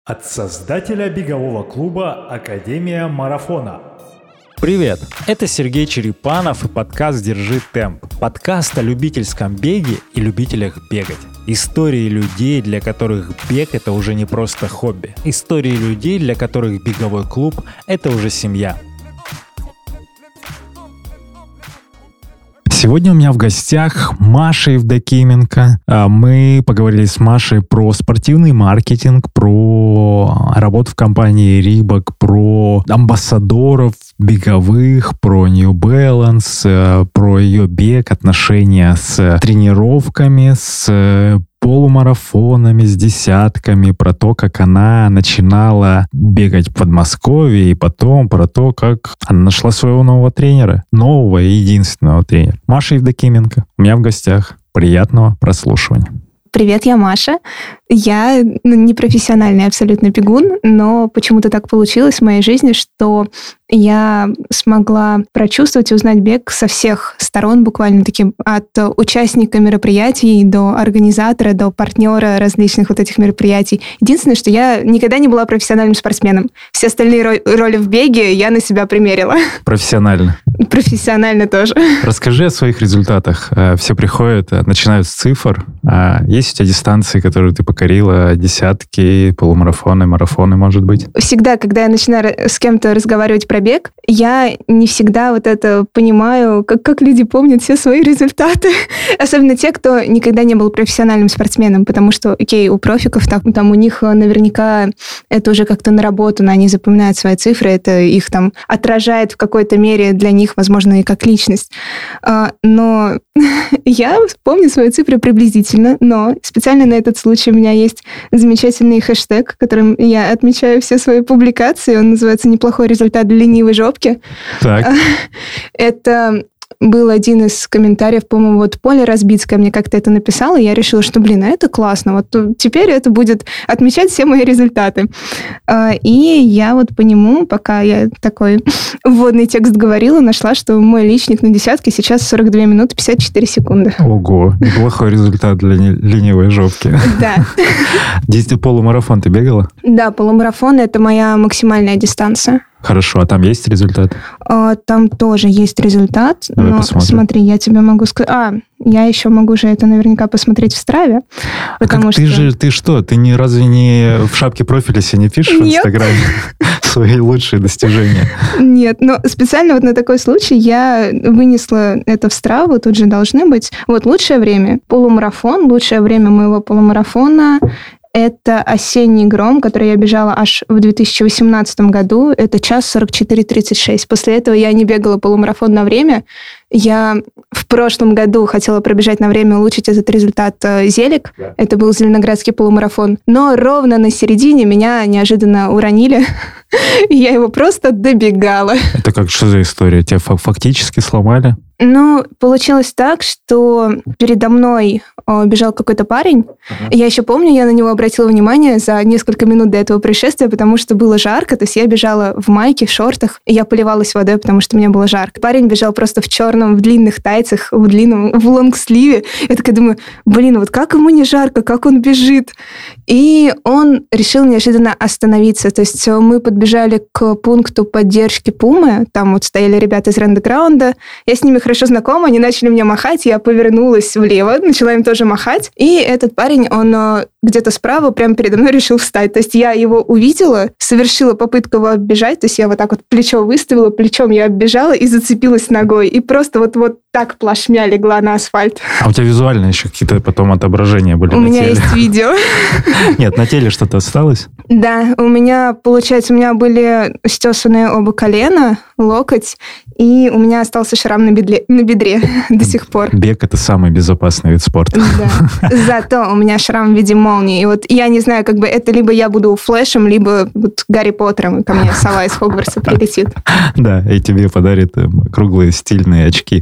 От создателя бегового клуба «Академия марафона». Привет! Это Сергей Черепанов и подкаст «Держи темп». Подкаст о любительском беге и любителях бегать. Истории людей, для которых бег — это уже не просто хобби. Истории людей, для которых беговой клуб — это уже семья. Сегодня у меня в гостях Маша Евдокименко. Мы поговорили с Машей про спортивный маркетинг, про работу в компании Reebok, про амбассадоров беговых, про New Balance, про ее бег, отношения с тренировками, с полумарафонами, с десятками, про то, как она начинала бегать в Подмосковье, и потом про то, как она нашла своего нового тренера, нового и единственного тренера. Маша Евдокименко у меня в гостях. Приятного прослушивания. Привет, я Маша. Я не профессиональный абсолютно бегун, но почему-то так получилось в моей жизни, что я смогла прочувствовать и узнать бег со всех сторон, буквально таки от участника мероприятий до организатора, до партнера различных вот этих мероприятий. Единственное, что я никогда не была профессиональным спортсменом. Все остальные роли в беге я на себя примерила. Профессионально? Профессионально тоже. Расскажи о своих результатах. Все приходят, начинают с цифр. Есть у тебя дистанции, которые ты покорила, десятки, полумарафоны, марафоны, может быть? Всегда, когда я начинаю с кем-то разговаривать про бег, я не всегда вот это понимаю, как люди помнят все свои результаты. Особенно те, кто никогда не был профессиональным спортсменом, потому что, окей, у профиков там у них наверняка это уже как-то наработано, они запоминают свои цифры, это их там отражает в какой-то мере для них, возможно, и как личность. Но я помню свои цифры приблизительно, но специально на этот случай у меня есть замечательный хэштег, которым я отмечаю все свои публикации. Он называется «Неплохой результат для ленивой жопки». Так. Это был один из комментариев, по-моему, вот Поля Разбицкая мне как-то это написала, и я решила, что, это классно. Вот теперь это будет отмечать все мои результаты. И я вот по нему, пока я такой вводный текст говорила, нашла, что мой личник на десятке сейчас 42 минуты 54 секунды. Ого, неплохой результат для ленивой жопки. Да. Полумарафон ты бегала? Да, полумарафон — это моя максимальная дистанция. Хорошо, а там есть результат? Там тоже есть результат. Давай но посмотрим. Смотри, я тебе могу сказать... я еще могу же это наверняка посмотреть в Страве. Потому что... Ты что? Ты разве не в шапке профиля себе не пишешь в Инстаграме свои лучшие достижения? Нет, но специально вот на такой случай я вынесла это в Страву, тут же должны быть. Вот лучшее время. Полумарафон, лучшее время моего полумарафона — это «Осенний гром», который я бежала аж в 2018 году. Это час 44:36. После этого я не бегала полумарафон на время. Я в прошлом году хотела пробежать на время, улучшить этот результат Зелик. Это был Зеленоградский полумарафон. Но ровно на середине меня неожиданно уронили. Я его просто добегала. Это что за история? Тебя фактически сломали? Получилось так, что передо мной бежал какой-то парень. Я еще помню, я на него обратила внимание за несколько минут до этого происшествия, потому что было жарко. То есть я бежала в майке, в шортах, и я поливалась водой, потому что мне было жарко. Парень бежал просто в черном, в длинных тайцах, в лонгсливе. Я такая думаю, вот как ему не жарко, как он бежит? И он решил неожиданно остановиться. То есть мы подбежали к пункту поддержки Пумы. Там вот стояли ребята из рандеграунда. Я с ними хорошо знакома, они начали мне махать, я повернулась влево, начала им тоже махать. И этот парень, он где-то справа прямо передо мной решил встать. То есть я его увидела, совершила попытку его оббежать, то есть я вот так вот плечо выставила, плечом я оббежала и зацепилась ногой. И просто вот так плашмя легла на асфальт. А у тебя визуально еще какие-то потом отображения были на теле? У меня есть видео. Нет, на теле что-то осталось? Да, у меня были стесанные оба колена, локоть, и у меня остался шрам на бедре до сих пор. Бег — это самый безопасный вид спорта. Да. Зато у меня шрам в виде молнии. И вот я не знаю, это либо я буду Флэшем, либо вот Гарри Поттером, и ко мне сова из Хогвартса прилетит. Да, и тебе подарит круглые стильные очки.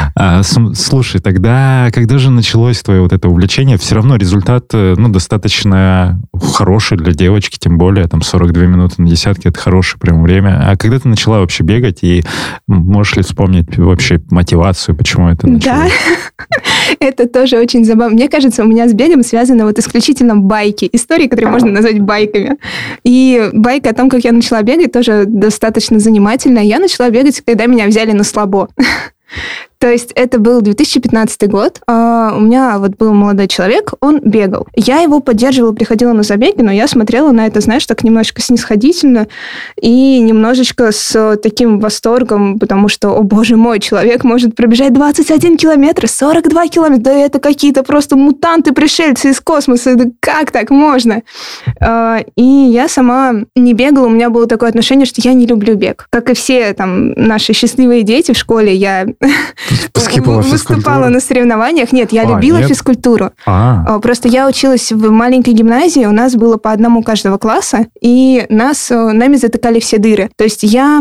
Слушай, тогда когда же началось твое вот это увлечение? Все равно результат достаточно хороший для девочки, тем более там 42 минуты на десятке — это хорошее прям время. А когда ты начала вообще бегать, и можешь ли вспомнить вообще мотивацию, почему это началось? Да, это тоже очень забавно. Мне кажется, у меня с бегом связаны вот исключительно байки, истории, которые можно назвать байками. И байка о том, как я начала бегать, тоже достаточно занимательная. Я начала бегать, когда меня взяли на слабо. То есть это был 2015 год. У меня вот был молодой человек, он бегал. Я его поддерживала, приходила на забеги, но я смотрела на это, знаешь, так немножечко снисходительно и немножечко с таким восторгом, потому что, о боже мой, человек может пробежать 21 километр, 42 километра, да это какие-то просто мутанты-пришельцы из космоса, да как так можно? И я сама не бегала, у меня было такое отношение, что я не люблю бег. Как и все там наши счастливые дети в школе, я... выступала на соревнованиях. Нет, я любила физкультуру. Просто я училась в маленькой гимназии, у нас было по одному каждого класса, и нами затыкали все дыры. То есть я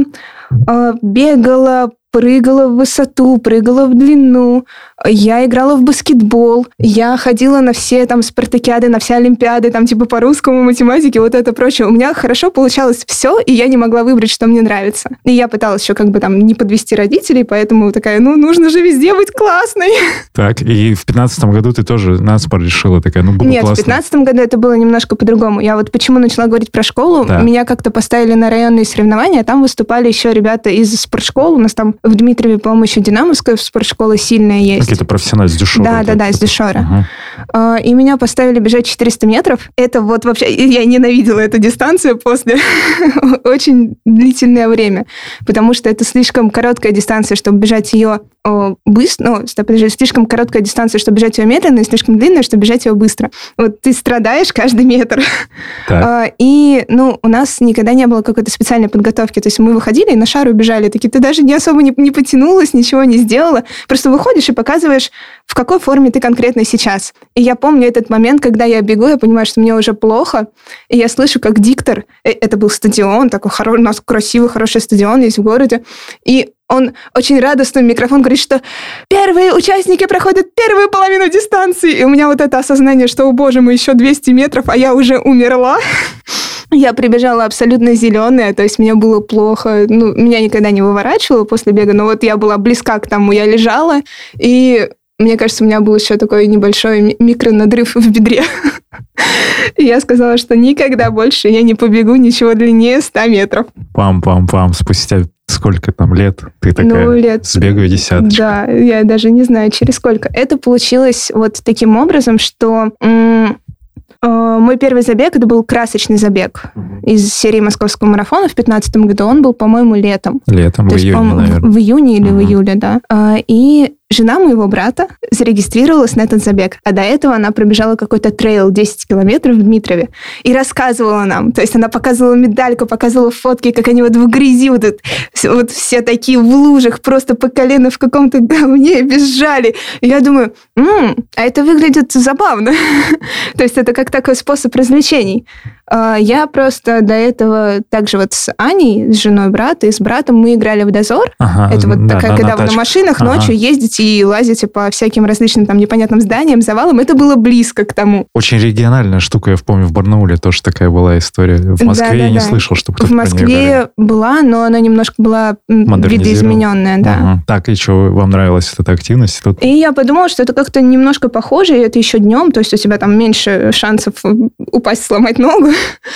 бегала, прыгала в высоту, прыгала в длину, я играла в баскетбол, я ходила на все там спартакиады, на все олимпиады, там типа по русскому, математике, вот это прочее. У меня хорошо получалось все, и я не могла выбрать, что мне нравится. И я пыталась еще как бы там не подвести родителей, поэтому такая, нужно же везде быть классной. Так, и в 15-м году ты тоже на спорт решила такая, буду Нет, классной. в 15-м году это было немножко по-другому. Я вот почему начала говорить про школу, да. Меня как-то поставили на районные соревнования, там выступали еще ребята из спортшкол, у нас там в Дмитрове, по-моему, еще Динамовская спортшкола сильная есть. Какие-то профессионалы с Дюшора. Да, с Дюшора. И меня поставили бежать 400 метров. Это вот вообще... Я ненавидела эту дистанцию после очень длительное время, потому что это слишком короткая дистанция, чтобы бежать ее быстро. Слишком короткая дистанция, чтобы бежать ее медленно, и слишком длинная, чтобы бежать ее быстро. Вот ты страдаешь каждый метр. И, у нас никогда не было какой-то специальной подготовки. То есть мы выходили и на шару бежали. Такие, ты даже не особо не потянулась, ничего не сделала. Просто выходишь и показываешь, в какой форме ты конкретно сейчас. И я помню этот момент, когда я бегу, я понимаю, что мне уже плохо, и я слышу, как диктор, это был стадион, такой у нас красивый, хороший стадион есть в городе, и он очень радостно в микрофон говорит, что первые участники проходят первую половину дистанции. И у меня вот это осознание, что, о боже мой, еще 200 метров, а я уже умерла. Я прибежала абсолютно зеленая, то есть мне было плохо. Меня никогда не выворачивало после бега, но вот я была близка к тому, я лежала, и мне кажется, у меня был еще такой небольшой микронадрыв в бедре. И я сказала, что никогда больше я не побегу ничего длиннее 100 метров. Пам-пам-пам, спустя сколько там лет ты такая сбегаю десяточку? Да, я даже не знаю, через сколько. Это получилось вот таким образом, что мой первый забег, это был красочный забег из серии Московского марафона в 2015 году. Он был, по-моему, летом. Летом, в июне, наверное. В июне или в июле, да. И жена моего брата зарегистрировалась на этот забег, а до этого она пробежала какой-то трейл 10 километров в Дмитрове и рассказывала нам. То есть она показывала медальку, показывала фотки, как они вот в грязи, вот все такие в лужах, просто по колено в каком-то говне бежали. И я думаю, а это выглядит забавно. То есть это как такой способ развлечений. Я просто до этого также вот с Аней, с женой брата и с братом мы играли в дозор. Это вот такая, когда вы на машинах ночью ездите и лазите по всяким различным там непонятным зданиям, завалам. Это было близко к тому. Очень региональная штука, я помню, в Барнауле тоже такая была история. В Москве я не слышал, что кто-то в Москве была, но она немножко была видоизмененная, да. Так, и что, вам нравилась эта активность тут? И я подумала, что это как-то немножко похоже, и это еще днем, то есть у тебя там меньше шансов упасть, сломать ногу.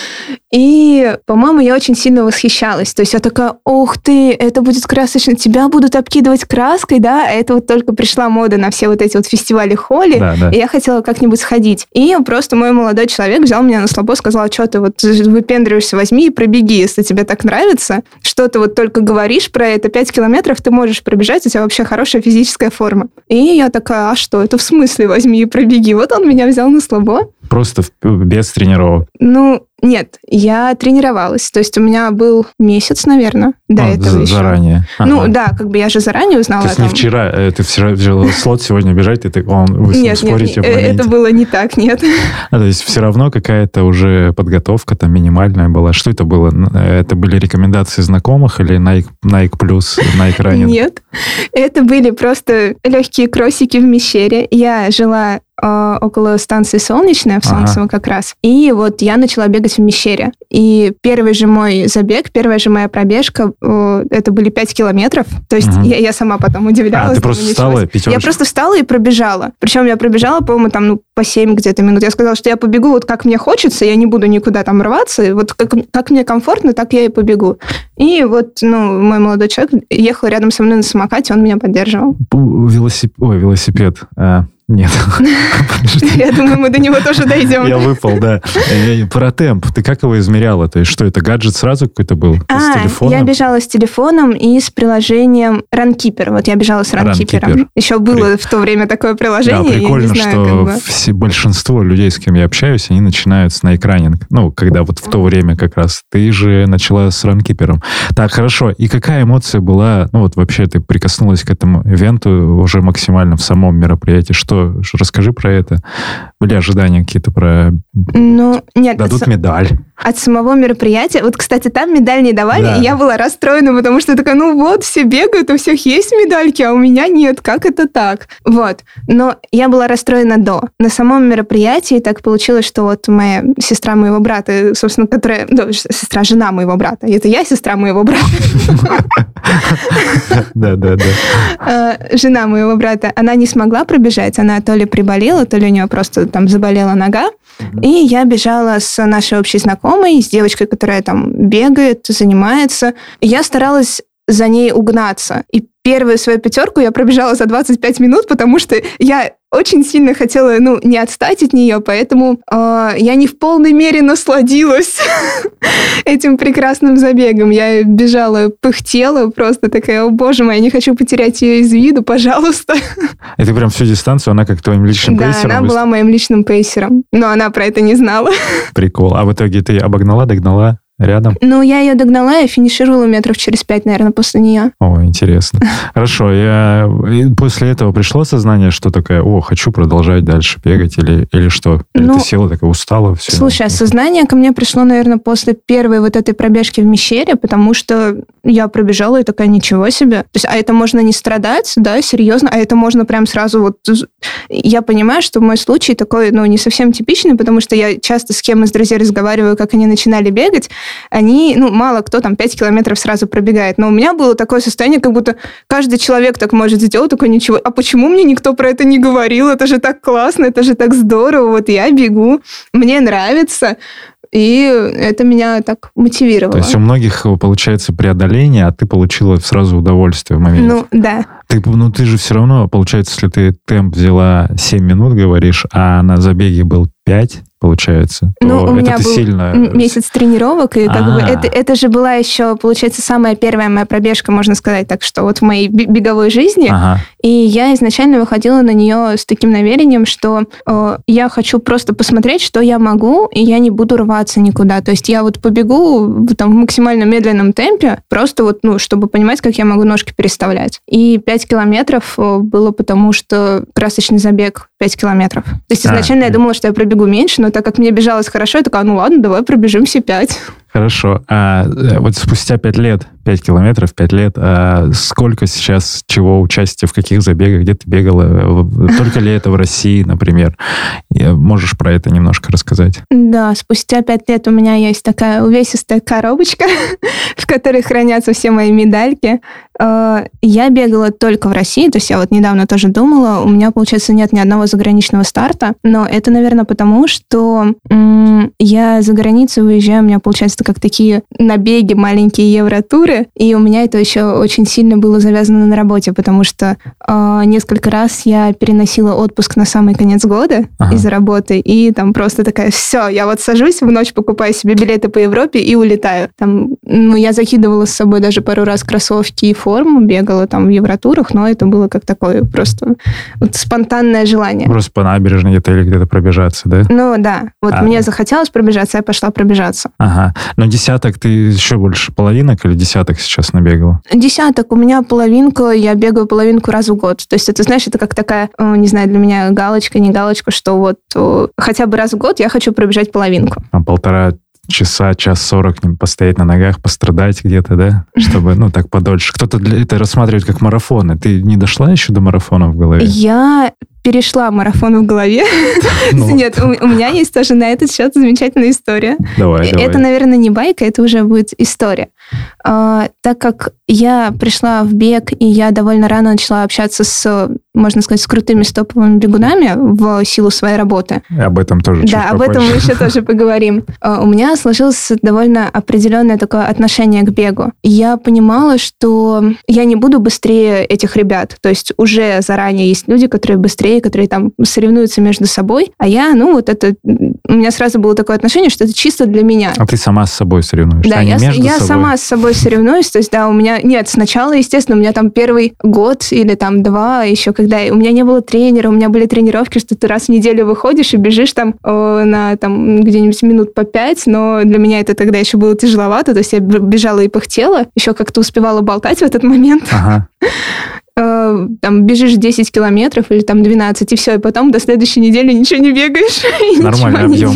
И, по-моему, я очень сильно восхищалась. То есть я такая, ух ты, это будет красочно, тебя будут обкидывать краской, да, а это вот только пришла мода на все вот эти вот фестивали холли, и я хотела как-нибудь сходить. И просто мой молодой человек взял меня на слабо, сказал, что ты вот выпендриваешься, возьми и пробеги, если тебе так нравится, что ты вот только говоришь про это, 5 километров ты можешь пробежать, у тебя вообще хорошая физическая форма. И я такая, а что, это в смысле возьми и пробеги? Вот он меня взял на слабо. Просто без тренировок? Нет, я тренировалась. То есть у меня был месяц, наверное, до этого еще. Заранее? Да, как бы я же заранее узнала. То есть не вчера, ты вчера взяла слот, сегодня бежать, и вы с ним спорите в моменте? Это было не так, нет. То есть все равно какая-то уже подготовка там минимальная была. Что это было? Это были рекомендации знакомых или Nike Plus, Nike Running? Нет, это были просто легкие кроссики в Мещере. Я жила около станции Солнечная, в Солнцево как раз. И вот я начала бегать в Мещере. И первый же мой забег, первая же моя пробежка, это были 5 километров. То есть я сама потом удивлялась. Ты просто встала, пятерочку? Я просто встала и пробежала. Причем я пробежала, по-моему, там, по 7 где-то минут. Я сказала, что я побегу вот как мне хочется, я не буду никуда там рваться. Вот как мне комфортно, так я и побегу. И вот, мой молодой человек ехал рядом со мной на самокате, он меня поддерживал. Велосипед. Нет. Я думаю, мы до него тоже дойдем. Я выпал, да. Про темп. Ты как его измеряла? То есть что, это гаджет сразу какой-то был? С телефоном? Я бежала с телефоном и с приложением Runkeeper. Вот я бежала с Runkeeper. Еще было в то время такое приложение. Да, прикольно, что большинство людей, с кем я общаюсь, они начинают с Nike Running. Когда вот в то время как раз. Ты же начала с Runkeeper. Так, хорошо. И какая эмоция была? Вообще ты прикоснулась к этому ивенту уже максимально в самом мероприятии. Что? Расскажи про это. Были ожидания какие-то про... Нет. Дадут медаль. От самого мероприятия. Вот, кстати, там медаль не давали, да. И я была расстроена, потому что такая, все бегают, у всех есть медальки, а у меня нет. Как это так? Вот. Но я была расстроена до. На самом мероприятии так получилось, что вот моя сестра моего брата, собственно, которая... жена моего брата. Это я сестра моего брата. Да. Жена моего брата, она не смогла пробежать, она то ли приболела, то ли у нее просто там заболела нога. И я бежала с нашей общей знакомой, с девочкой, которая там бегает, занимается. И я старалась за ней угнаться. И первую свою 5 я пробежала за 25 минут, потому что я очень сильно хотела, не отстать от нее, поэтому я не в полной мере насладилась этим прекрасным забегом. Я бежала, пыхтела, просто такая, о боже мой, я не хочу потерять ее из виду, пожалуйста. И ты прям всю дистанцию, она как твоим личным пейсером? Да, она была моим личным пейсером, но она про это не знала. Прикол. А в итоге ты обогнала, догнала? Рядом? Я ее догнала и финишировала метров через 5, наверное, после нее. О, интересно. Хорошо. После этого пришло сознание, что такое, хочу продолжать дальше бегать, или что? Или ты села такая, устала? Все. Слушай, осознание ко мне пришло, наверное, после первой вот этой пробежки в Мещере, потому что я пробежала и такая, ничего себе. То есть, а это можно не страдать, да, серьезно, а это можно прям сразу вот... Я понимаю, что мой случай такой, не совсем типичный, потому что я часто с кем из друзей разговариваю, как они начинали бегать, они, мало кто там 5 километров сразу пробегает. Но у меня было такое состояние, как будто каждый человек так может сделать, такой ничего. А почему мне никто про это не говорил? Это же так классно, это же так здорово. Вот я бегу, мне нравится. И это меня так мотивировало. То есть у многих получается преодоление, а ты получила сразу удовольствие в моменте. Да. Ты же все равно, получается, если ты темп взяла 7 минут, говоришь, а на забеге был 5, получается, то у меня это был сильно... месяц тренировок, и это же была еще, получается, самая первая моя пробежка, можно сказать, так что вот в моей беговой жизни. И я изначально выходила на нее с таким намерением, что я хочу просто посмотреть, что я могу, и я не буду рваться никуда. То есть я вот побегу там в максимально медленном темпе, просто вот, чтобы понимать, как я могу ножки переставлять. И 5 километров было потому, что красочный забег 5 километров. То есть изначально я думала, что я пробегу меньше, но так как мне бежалось хорошо, я такая, ладно, давай пробежим все 5. Хорошо. А вот спустя 5 лет, 5 километров, 5 лет, сколько сейчас чего участия, в каких забегах, где ты бегала? Только ли это в России, например? Можешь про это немножко рассказать? Да, спустя 5 лет у меня есть такая увесистая коробочка, в которой хранятся все мои медальки. Я бегала только в России, то есть я вот недавно тоже думала, у меня, получается, нет ни одного заграничного старта, но это, наверное, потому, что я за границу выезжаю, у меня, получается, как такие набеги, маленькие евротуры, и у меня это еще очень сильно было завязано на работе, потому что несколько раз я переносила отпуск на самый конец года из-за работы, и там просто такая, все, я вот сажусь в ночь, покупаю себе билеты по Европе и улетаю. Там, я закидывала с собой даже пару раз кроссовки и форму, бегала там в евротурах, но это было как такое просто вот спонтанное желание. Просто по набережной где-то или где-то пробежаться, да? Да. Вот мне захотелось пробежаться, я пошла пробежаться. Ага. Но десяток ты еще больше половинок или десяток сейчас набегала? Десяток. У меня половинка, я бегаю половинку раз в год. То есть это, знаешь, это как такая, не знаю, для меня галочка, не галочка, что вот хотя бы раз в год я хочу пробежать половинку. А 1,5 часа, 1:40 постоять на ногах, пострадать где-то, да? Чтобы, так подольше. Кто-то это рассматривает как марафоны. Ты не дошла еще до марафона в голове? Я перешла марафон в голове. Нет, у меня есть тоже на этот счет замечательная история. Давай. Это, наверное, не байка, это уже будет история. Так как я пришла в бег, и я довольно рано начала общаться с, можно сказать, с крутыми стоповыми бегунами в силу своей работы. Об этом тоже чуть попозже. Да, об этом мы еще тоже поговорим. У меня сложилось довольно определенное такое отношение к бегу. Я понимала, что я не буду быстрее этих ребят. То есть уже заранее есть люди, которые быстрее, которые там соревнуются между собой. А я, у меня сразу было такое отношение, что это чисто для меня. А ты сама с собой соревнуешься, да, я сама с собой соревнуюсь. То есть, да, у меня... Нет, сначала, естественно, у меня там первый год или там 2, еще когда у меня не было тренера, у меня были тренировки, что ты раз в неделю выходишь и бежишь там на там где-нибудь минут по 5, но для меня это тогда еще было тяжеловато, то есть я бежала и пыхтела, еще как-то успевала болтать в этот момент. Ага. Там бежишь 10 километров или там 12, и все, и потом до следующей недели ничего не бегаешь. Нормальный объем,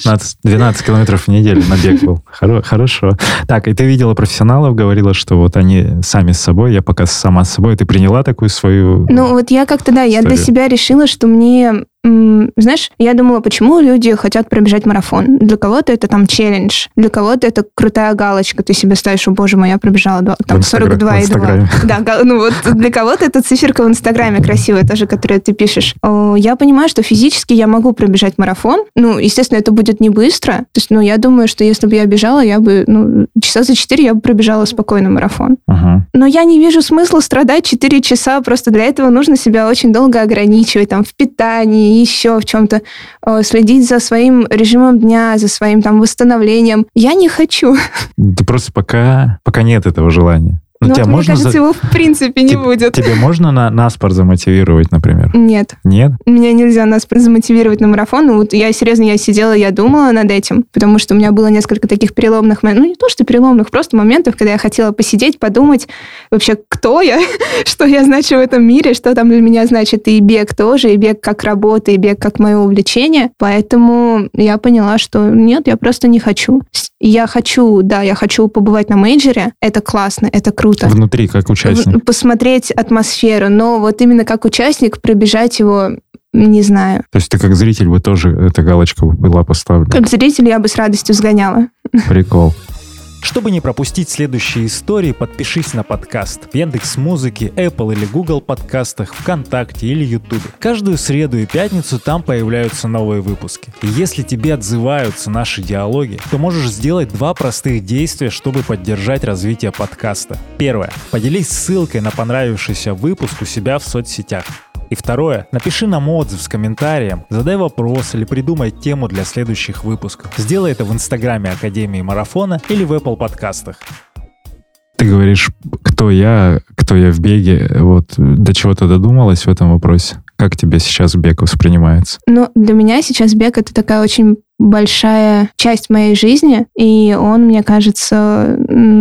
12 километров в неделю на бег был. Хорошо. Так, и ты видела профессионалов, говорила, что вот они сами с собой, я пока сама с собой. Ты приняла такую свою я как-то, я для себя решила, что мне... Знаешь, я думала, почему люди хотят пробежать марафон. Для кого-то это там челлендж, для кого-то это крутая галочка. Ты себе ставишь, о боже мой, я пробежала там 42,2. Да, для кого-то это циферка в Инстаграме красивая тоже, которую ты пишешь. Я понимаю, что физически я могу пробежать марафон. Естественно, это будет не быстро. То есть, я думаю, что если бы я бежала, я бы, часа за 4 я бы пробежала спокойно марафон. Но я не вижу смысла страдать 4 часа. Просто для этого нужно себя очень долго ограничивать, там, в питании, еще в чем-то, следить за своим режимом дня, за своим там восстановлением. Я не хочу. Ты просто пока нет этого желания. Мне кажется, его в принципе не будет. Тебе можно на спорт замотивировать, например? Нет. Нет? Меня нельзя на спорт замотивировать на марафон. Я сидела, я думала над этим, потому что у меня было несколько таких переломных моментов. Не то, что переломных, просто моментов, когда я хотела посидеть, подумать вообще, кто я, что я значу в этом мире, что там для меня значит и бег тоже, и бег как работа, и бег как мое увлечение. Поэтому я поняла, что нет, я просто не хочу. Я хочу побывать на мейджоре. Это классно, это круто. Внутри, как участник. Посмотреть атмосферу, но вот именно как участник пробежать его не знаю. То есть ты как зритель бы тоже эта галочка была поставлена? Как зритель я бы с радостью сгоняла. Прикол. Чтобы не пропустить следующие истории, подпишись на подкаст в Яндекс.Музыке, Apple или Google подкастах, ВКонтакте или Ютубе. Каждую среду и пятницу там появляются новые выпуски. И если тебе отзываются наши диалоги, то можешь сделать 2 простых действия, чтобы поддержать развитие подкаста. Первое. Поделись ссылкой на понравившийся выпуск у себя в соцсетях. И второе, напиши нам отзыв с комментарием, задай вопрос или придумай тему для следующих выпусков. Сделай это в Инстаграме Академии Марафона или в Apple подкастах. Ты говоришь, кто я в беге, до чего ты додумалась в этом вопросе? Как тебе сейчас бег воспринимается? Для меня сейчас бег — это такая очень большая часть моей жизни, и он, мне кажется,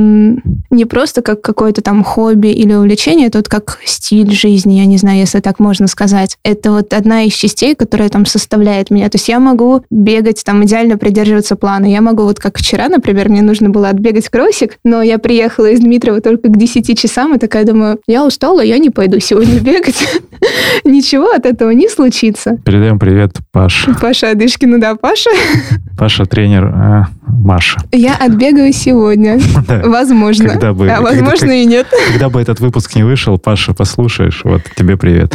не просто как какое-то там хобби или увлечение, это как стиль жизни, я не знаю, если так можно сказать. Это одна из частей, которая там составляет меня. То есть я могу бегать, там идеально придерживаться плана. Я могу, как вчера, например, мне нужно было отбегать кроссик, но я приехала из Дмитрова только к 10 часам и такая думаю, я устала, я не пойду сегодня бегать. Ничего от этого не случится. Передаем привет Паше. Паша Адышкину, да, Паша. Паша тренер Маша. Я отбегаю сегодня. Возможно. Возможно и нет. Когда бы этот выпуск не вышел, Паша, послушаешь, тебе привет.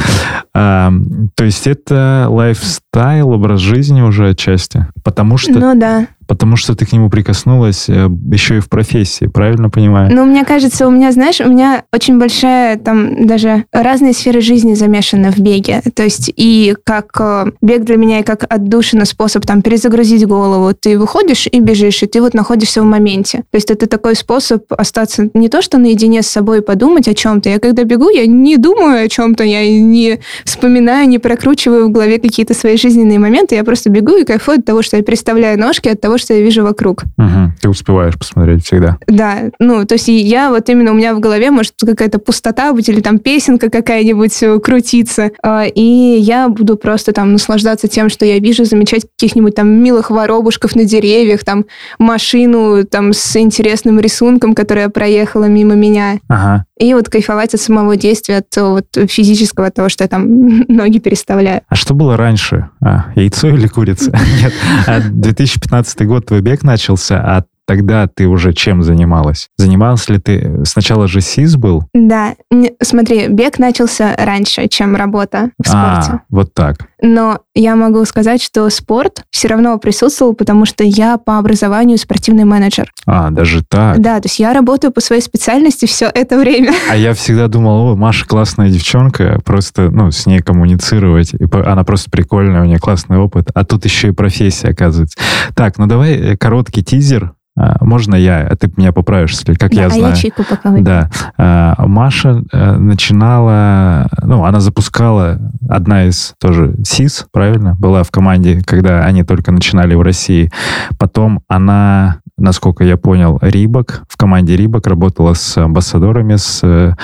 То есть это лайфстайл, образ жизни уже отчасти? Потому что... да. Потому что ты к нему прикоснулась еще и в профессии, правильно понимаю? Мне кажется, у меня очень большая, там даже разные сферы жизни замешаны в беге. То есть и как бег для меня, и как отдушина, способ там перезагрузить голову. Ты выходишь и бежишь, и ты находишься в моменте. То есть это такой способ остаться не то, что наедине с собой подумать о чем-то. Я когда бегу, я не думаю о чем-то, я не вспоминаю, не прокручиваю в голове какие-то свои жизненные моменты. Я просто бегу и кайфую от того, что я переставляю ножки, от того, того, что я вижу вокруг. Ты успеваешь посмотреть всегда. Да, то есть я вот именно у меня в голове может какая-то пустота быть или там песенка какая-нибудь крутиться, и я буду просто там наслаждаться тем, что я вижу, замечать каких-нибудь там милых воробушков на деревьях, там машину там с интересным рисунком, которая проехала мимо меня. Ага. И вот кайфовать от самого действия, от вот физического, того, что я там ноги переставляю. А что было раньше? Яйцо или курица? Нет. 2015 год твой бег начался, а тогда ты уже чем занималась? Занималась ли ты... Сначала же СИС был? Да. Смотри, бег начался раньше, чем работа в спорте. Вот так. Но я могу сказать, что спорт все равно присутствовал, потому что я по образованию спортивный менеджер. Даже так? Да, то есть я работаю по своей специальности все это время. А я всегда думал, Маша классная девчонка, просто, с ней коммуницировать, и она просто прикольная, у нее классный опыт, а тут еще и профессия, оказывается. Так, давай короткий тизер. Можно а ты меня поправишь, если как я знаю. А я чайку пока выпью. Да. Маша начинала, она запускала одна из тоже СИС, правильно? Была в команде, когда они только начинали в России. Потом она, насколько я понял, Рибок, в команде Рибок работала с амбассадорами, с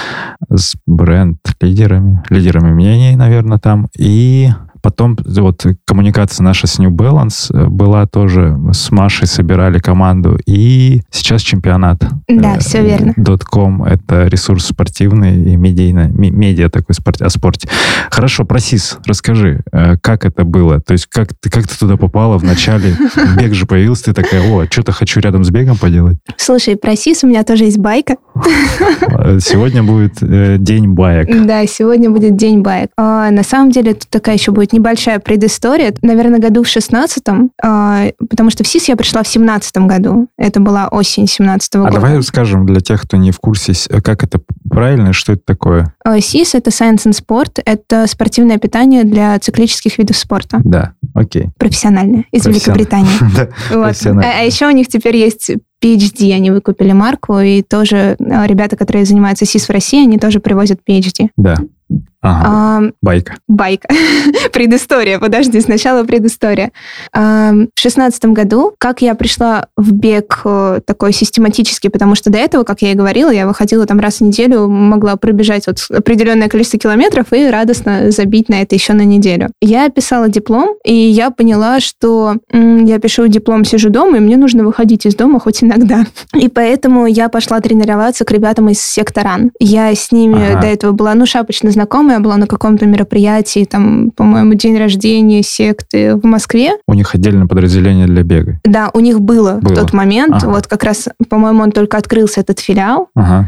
лидерами мнений, наверное, там. И потом вот коммуникация наша с New Balance была тоже, с Машей собирали команду, и сейчас чемпионат. Да, все верно. .com — это ресурс спортивный и медиа такой о спорте. Хорошо, про СИС расскажи, как это было? То есть как ты туда попала в начале? Бег же появился, ты такая, что-то хочу рядом с бегом поделать. Слушай, про СИС у меня тоже есть байка. Сегодня будет день баек. Да, сегодня будет день баек. На самом деле тут такая еще будет небольшая предыстория. Наверное, году в 16-м, потому что в СИС я пришла в 17-м году. Это была осень 17-го года. Давай скажем для тех, кто не в курсе, как это правильно, что это такое? СИС — это Science and Sport, это спортивное питание для циклических видов спорта. Да, окей. Профессиональное, из Великобритании. Да, профессиональное. А еще у них теперь есть PhD, они выкупили марку, и тоже ребята, которые занимаются СИС в России, они тоже привозят PhD. Да. Ага. Байка. Предыстория. Подожди, сначала предыстория. В 16-м году, как я пришла в бег такой систематически, потому что до этого, как я и говорила, я выходила там раз в неделю, могла пробежать определенное количество километров и радостно забить на это еще на неделю. Я писала диплом, и я поняла, что я пишу диплом, сижу дома, и мне нужно выходить из дома хоть иногда. И поэтому я пошла тренироваться к ребятам из Секторан. Я с ними до этого была, шапочно знакомая, была на каком-то мероприятии, там, по-моему, день рождения секты в Москве. У них отдельное подразделение для бега. Да, у них было. В тот момент. Вот как раз, по-моему, он только открылся, этот филиал.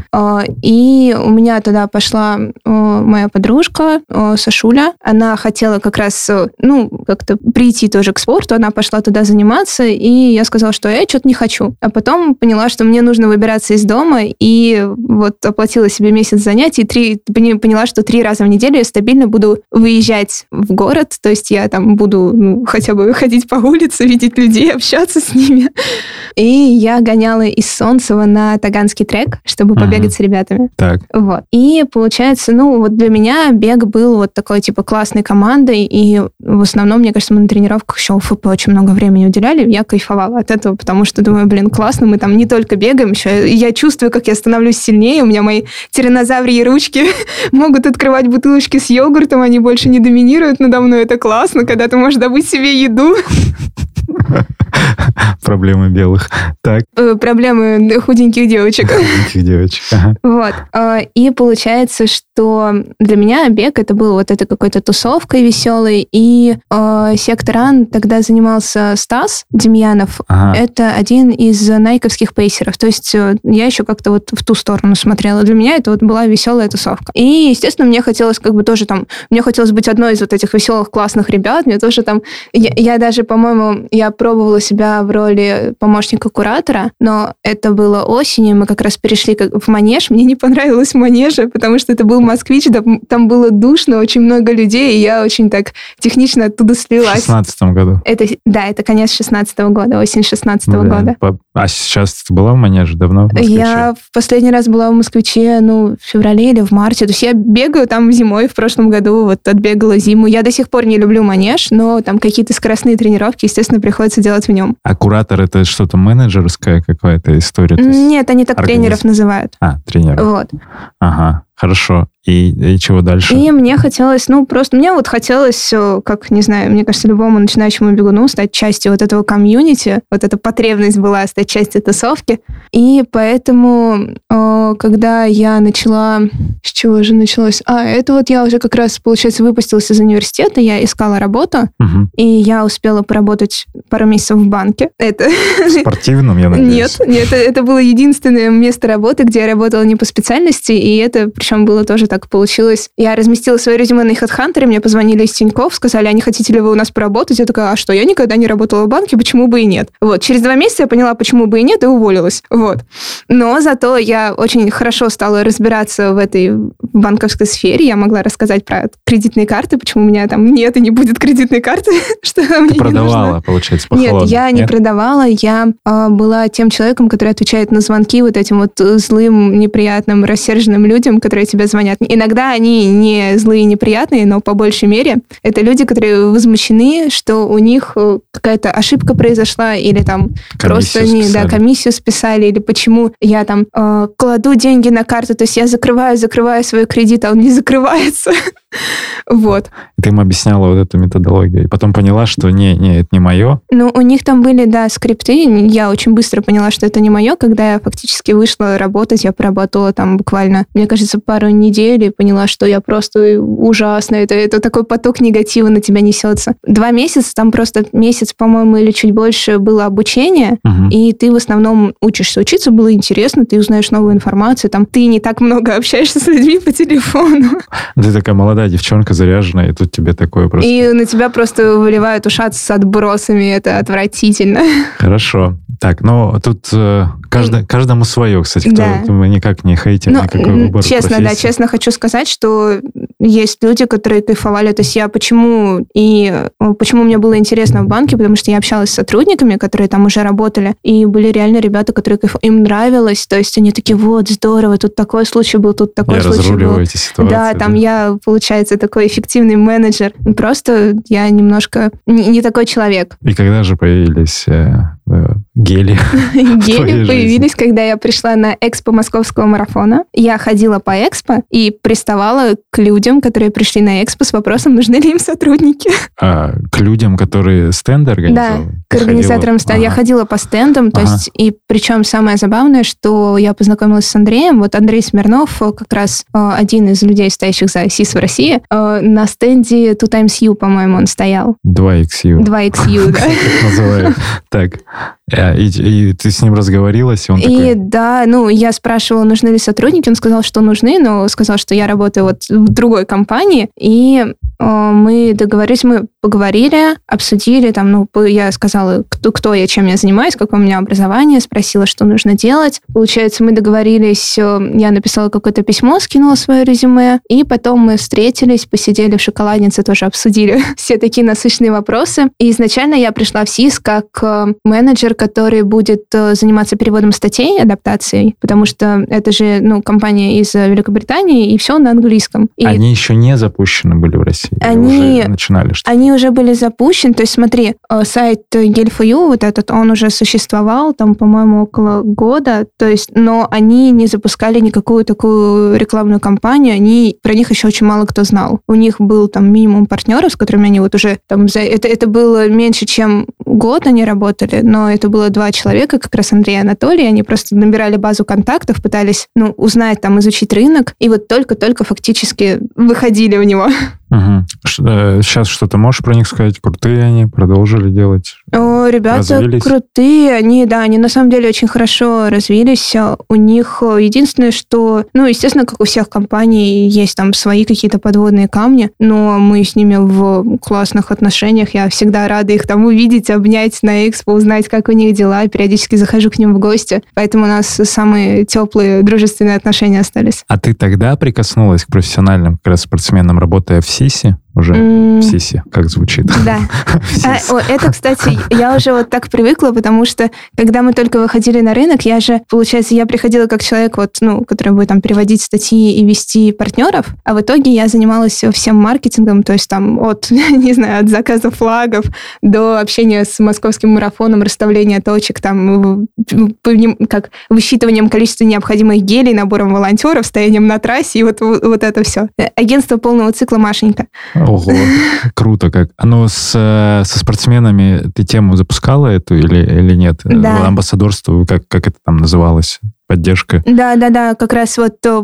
И у меня тогда пошла моя подружка Сашуля. Она хотела как раз, как-то прийти тоже к спорту. Она пошла туда заниматься, и я сказала, что я что-то не хочу. А потом поняла, что мне нужно выбираться из дома, и вот оплатила себе месяц занятий, поняла, что 3 раза в неделю я стабильно буду выезжать в город, то есть я там буду хотя бы ходить по улице, видеть людей, общаться с ними. И я гоняла из Солнцева на Таганский трек, чтобы побегать с ребятами. Так. Вот. И получается, вот для меня бег был вот такой, типа, классной командой, и в основном, мне кажется, мы на тренировках еще УФП очень много времени уделяли, я кайфовала от этого, потому что думаю, классно, мы там не только бегаем, еще я чувствую, как я становлюсь сильнее, у меня мои тираннозаврьи ручки могут открывать бутылочки с йогуртом, они больше не доминируют надо мной, это классно, когда ты можешь добыть себе еду. Проблемы белых. Так. Проблемы худеньких девочек. Вот. И получается, что для меня бег это был вот это какой-то тусовкой веселой, и Секторан тогда занимался Стас Демьянов. Это один из найковских пейсеров. То есть я еще как-то вот в ту сторону смотрела. Для меня это вот была веселая тусовка. И, естественно, мне хотелось как бы тоже там, мне хотелось быть одной из вот этих веселых, классных ребят. Мне тоже там, я даже, по-моему, я пробовала себя в роли помощника куратора, но это было осенью, мы как раз перешли в манеж. Мне не понравилось в манеже, потому что это был Москвич, там было душно, очень много людей, и я очень так технично оттуда слилась. В 16-м году? Это конец 16-го года, осень 16-го года. А сейчас ты была в манеже давно? Я в последний раз была в Москвиче, в феврале или в марте. То есть я бегаю там зимой в прошлом году, вот отбегала зиму. Я до сих пор не люблю манеж, но там какие-то скоростные тренировки, естественно, приходится делать в нем. нем. А куратор — это что-то менеджерская какая-то история? Нет, они так тренеров называют. Тренеров. Вот. Ага, хорошо. И чего дальше? И мне хотелось, мне хотелось, как, не знаю, мне кажется, любому начинающему бегуну стать частью вот этого комьюнити, вот эта потребность была стать частью тусовки. И поэтому, когда я начала... С чего же началось? Это вот я уже как раз, получается, выпустилась из университета, я искала работу, и я успела поработать пару месяцев в банке. Это... Спортивном, я надеюсь? Нет, это было единственное место работы, где я работала не по специальности, и это, причем, было тоже так получилось. Я разместила свое резюме на HeadHunter, мне позвонили из Тинькофф, сказали, не хотите ли вы у нас поработать? Я такая, а что, я никогда не работала в банке, почему бы и нет? Вот, через 2 месяца я поняла, почему бы и нет, и уволилась. Вот. Но зато я очень хорошо стала разбираться в этой банковской сфере, я могла рассказать про кредитные карты, почему у меня там нет и не будет кредитной карты, что мне Ты продавала, получается, по холоду? Нет, я не продавала, я была тем человеком, который отвечает на звонки вот этим вот злым, неприятным, рассерженным людям, которые тебе звонят. Иногда они не злые, неприятные, но по большей мере это люди, которые возмущены, что у них какая-то ошибка произошла, или там комиссию списали, или почему я там кладу деньги на карту, то есть я закрываю свой кредит, а он не закрывается. Вот. Ты им объясняла вот эту методологию, и потом поняла, что не, это не мое? Ну, у них там были, скрипты, я очень быстро поняла, что это не мое, когда я фактически вышла работать, я поработала там буквально, мне кажется, пару недель, и поняла, что я просто ужасно, это такой поток негатива на тебя несется. 2 месяца, там просто месяц, по-моему, или чуть больше было обучение, и ты в основном учишься. Учиться было интересно, ты узнаешь новую информацию, там ты не так много общаешься с людьми по телефону. Ты такая молодая девчонка, заряженная, и тут тебе такое просто... И на тебя просто выливают ушат с отбросами, это отвратительно. Хорошо. Так, тут каждому свое, кстати, кто никак не хейтит, никакой выбор профессии. Честно хочу сказать, что есть люди, которые кайфовали. То есть почему мне было интересно в банке, потому что я общалась с сотрудниками, которые там уже работали, и были реально ребята, которые им нравилось, то есть они такие, вот, здорово, тут такой случай был, тут такой случай был. Я разруливаю эти ситуации. Да, там я, получается, такой эффективный менеджер. Просто я немножко не такой человек. И когда же появились гели? Гели появились, когда я пришла на экспо Московского марафона. Я ходила по экспо и приставала к людям, которые пришли на экспо с вопросом, нужны ли им сотрудники. К людям, которые стенды организовали? Да, к организаторам стенда. Я ходила по стендам, то есть, и причем самое забавное, что я познакомилась с Андреем. Вот Андрей Смирнов, как раз один из людей, стоящих за СИС в России, на стенде 2XU, по-моему, он стоял. 2XU. 2XU, да. Как называют. Так. И ты с ним разговорилась, и он такой... И да, я спрашивала, нужны ли сотрудники, он сказал, что нужны, но сказал, что я работаю вот в другой компании, и мы договорились, мы поговорили, обсудили, я сказала, кто я, чем я занимаюсь, какое у меня образование, спросила, что нужно делать. Получается, мы договорились, я написала какое-то письмо, скинула свое резюме, и потом мы встретились, посидели в шоколаднице, тоже обсудили все такие насыщенные вопросы. И изначально я пришла в СИС как менеджер, который будет заниматься переводом статей, адаптацией, потому что это же, компания из Великобритании, и все на английском. И они еще не запущены были в России? Они уже начинали что-то? Они уже были запущены, то есть смотри, сайт Gel4U, вот этот, он уже существовал, там, по-моему, около года, то есть, но они не запускали никакую такую рекламную кампанию, про них еще очень мало кто знал. У них был там минимум партнеров, с которыми они вот уже там, это было меньше, чем год они работали, но это было 2 человека, как раз Андрей и Анатолий, они просто набирали базу контактов, пытались, узнать, там, изучить рынок, и вот только-только фактически выходили в него. Угу. Сейчас что-то можешь про них сказать? Крутые они, продолжили делать? Ребята развились? Крутые, они на самом деле очень хорошо развились. У них единственное, что, естественно, как у всех компаний, есть там свои какие-то подводные камни, но мы с ними в классных отношениях. Я всегда рада их там увидеть, обнять на экспо, узнать, как у них дела. Периодически захожу к ним в гости. Поэтому у нас самые теплые, дружественные отношения остались. А ты тогда прикоснулась к профессиональным как раз спортсменам, работая в СИСе? уже в Сисе, как звучит. Да. Это, кстати, я уже вот так привыкла, потому что, когда мы только выходили на рынок, я приходила как человек, который будет там переводить статьи и вести партнеров, а в итоге я занималась всем маркетингом, то есть там от заказа флагов до общения с московским марафоном, расставления точек, там, как высчитыванием количества необходимых гелей, набором волонтеров, стоянием на трассе, и вот это все. Агентство полного цикла Машенька. Ого, круто как. Со спортсменами ты тему запускала эту или нет? Да. Амбассадорство, как это там называлось? Поддержка. Да, как раз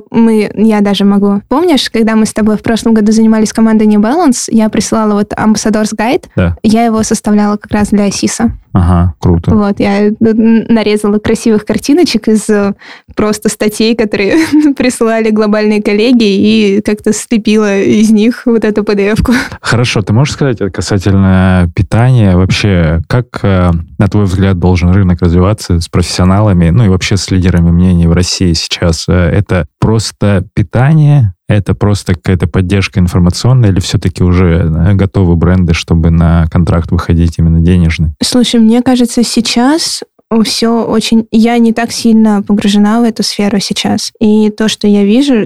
я даже могу. Помнишь, когда мы с тобой в прошлом году занимались командой New Balance, я присылала Ambassador's Guide, да. Я его составляла как раз для СИСа. Ага, круто. Я нарезала красивых картиночек из просто статей, которые присылали глобальные коллеги, и как-то слепила из них эту PDF-ку. Хорошо, ты можешь сказать касательно питания, вообще, как, на твой взгляд, должен рынок развиваться с профессионалами, и вообще с лидерами мнений в России сейчас? Это просто питание? Это просто какая-то поддержка информационная или все-таки уже готовы бренды, чтобы на контракт выходить именно денежный? Слушай, мне кажется, сейчас все очень... Я не так сильно погружена в эту сферу сейчас. И то, что я вижу,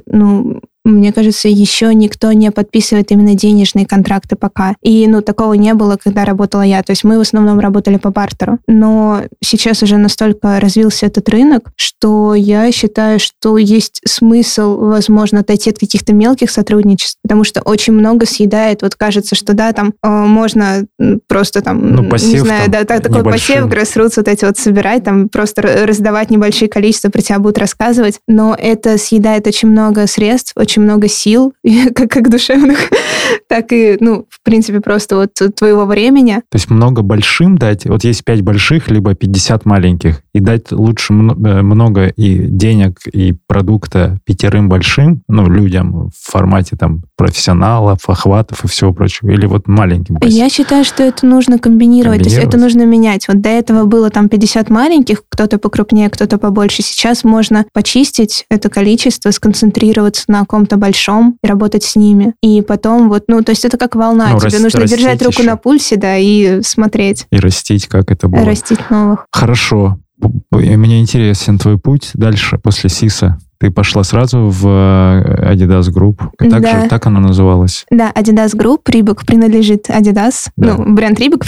мне кажется, еще никто не подписывает именно денежные контракты пока. И, такого не было, когда работала я. То есть мы в основном работали по бартеру. Но сейчас уже настолько развился этот рынок, что я считаю, что есть смысл, возможно, отойти от каких-то мелких сотрудничеств, потому что очень много съедает. Кажется, что да, там можно просто там, посев, не знаю, да, такой посев, грассрутс собирать, там просто раздавать небольшие количества, про тебя будут рассказывать. Но это съедает очень много средств, очень много сил, как душевных, так и, в принципе, просто твоего времени. То есть много большим дать, есть 5 больших, либо 50 маленьких, и дать лучше много и денег, и продукта 5 большим, людям в формате там профессионалов, охватов и всего прочего, или маленьким. Я считаю, что это нужно комбинировать, то есть это нужно менять. До этого было там 50 маленьких, кто-то покрупнее, кто-то побольше. Сейчас можно почистить это количество, сконцентрироваться на каком-то большом и работать с ними. И потом то есть это как волна. Тебе нужно держать руку на пульсе, да, и смотреть. И растить, как это было. Растить новых. Хорошо. Мне интересен твой путь дальше, после СИСа. Ты пошла сразу в Adidas Group. Так оно называлось? Да, Adidas Group. Reebok принадлежит Adidas. Да. Бренд Reebok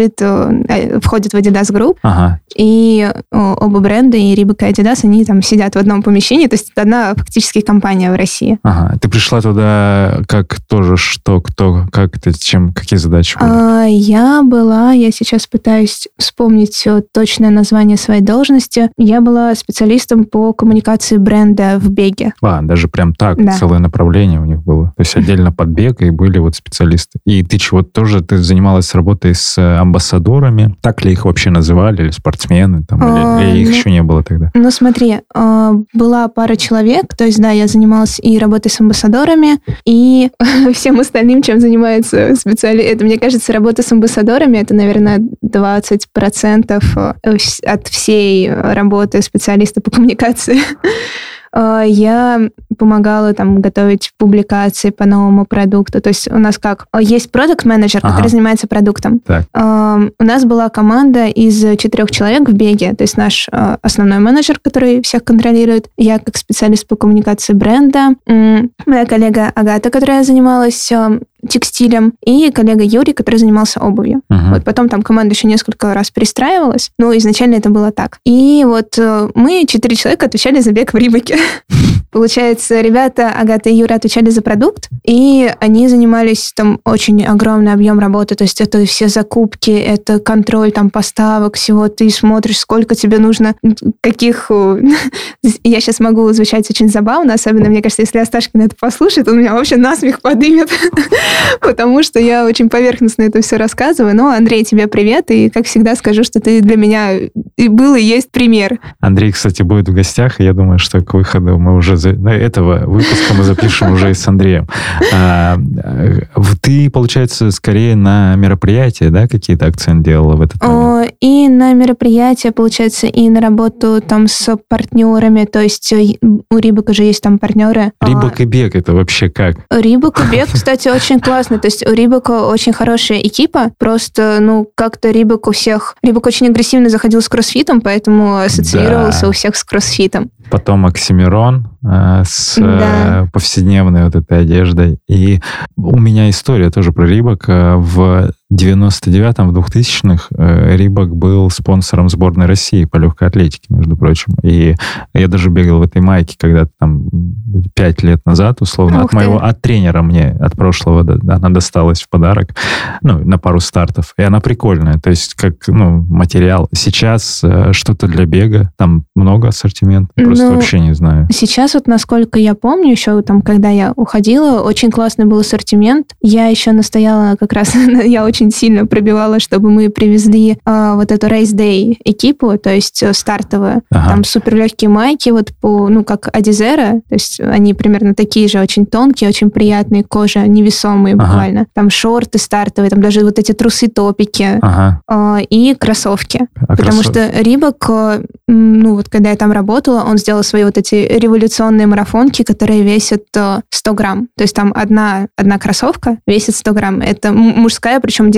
входит в Adidas Group. Ага. И оба бренда, и Reebok, и Adidas, они там сидят в одном помещении. То есть это одна фактически компания в России. Ага. Ты пришла туда как тоже что, кто, как ты, какие задачи были? Я сейчас пытаюсь вспомнить точное название своей должности. Я была специалистом по коммуникации бренда в беге. Даже прям так, да. Целое направление у них было. То есть отдельно под бег и были специалисты. И ты ты занималась работой с амбассадорами? Так ли их вообще называли? Или спортсмены? Или их еще не было тогда? Смотри, была пара человек, то есть, да, я занималась и работой с амбассадорами, и всем остальным, чем занимаются специалисты. Это, мне кажется, работа с амбассадорами, это, наверное, 20% от всей работы специалиста по коммуникации. Я помогала готовить публикации по новому продукту. То есть у нас есть продакт-менеджер, который занимается продуктом. У нас была команда из 4 человек в беге. То есть наш основной менеджер, который всех контролирует. Я как специалист по коммуникации бренда. Моя коллега Агата, которая занималась текстилем, и коллега Юрий, который занимался обувью. Потом команда еще несколько раз перестраивалась, но изначально это было так. И мы, 4 человека, отвечали за бег в Рибоке. Получается, ребята, Агата и Юра, отвечали за продукт, и они занимались очень огромный объем работы, то есть это все закупки, это контроль поставок, всего. Ты смотришь, сколько тебе нужно, каких... Я сейчас могу звучать очень забавно, особенно, мне кажется, если Асташкин это послушает, он меня вообще насмех подымет, потому что я очень поверхностно это все рассказываю. Но, Андрей, тебе привет, и, как всегда, скажу, что ты для меня и был, и есть пример. Андрей, кстати, будет в гостях, и я думаю, что к выходу мы уже этого выпуска мы запишем уже и с Андреем. Ты, получается, скорее на мероприятия, да, какие-то акцент делала в этот момент? И на мероприятия, получается, и на работу там с партнерами, то есть у Рибок уже есть там партнеры. Рибок и Бег, это вообще как? Рибок и Бег, кстати, очень классно, то есть у Рибока очень хорошая экипа, просто, как-то Рибок очень агрессивно заходил с кроссфитом, поэтому ассоциировался у всех с кроссфитом. Потом Оксимирон с повседневной вот этой одеждой. И у меня история тоже про Рибок. В 99-м, в 2000-х Рибок был спонсором сборной России по легкой атлетике, между прочим. И я даже бегал в этой майке когда-то там 5 лет назад, условно, от тренера мне, от прошлого, она досталась в подарок, на пару стартов. И она прикольная, то есть как, материал. Сейчас что-то для бега, там много ассортимента, просто вообще не знаю. Сейчас вот, насколько я помню, еще там, когда я уходила, очень классный был ассортимент. Я еще настояла как раз, я очень сильно пробивала, чтобы мы привезли вот эту Race Day экипу, то есть стартовую. Там суперлегкие майки, вот как Adizero, то есть они примерно такие же, очень тонкие, очень приятные, кожа невесомые буквально. Там шорты стартовые, там даже вот эти трусы-топики и кроссовки. Потому что Рибок, вот когда я там работала, он сделал свои вот эти революционные марафонки, которые весят 100 грамм. То есть там одна кроссовка весит 100 грамм. Это мужская, причем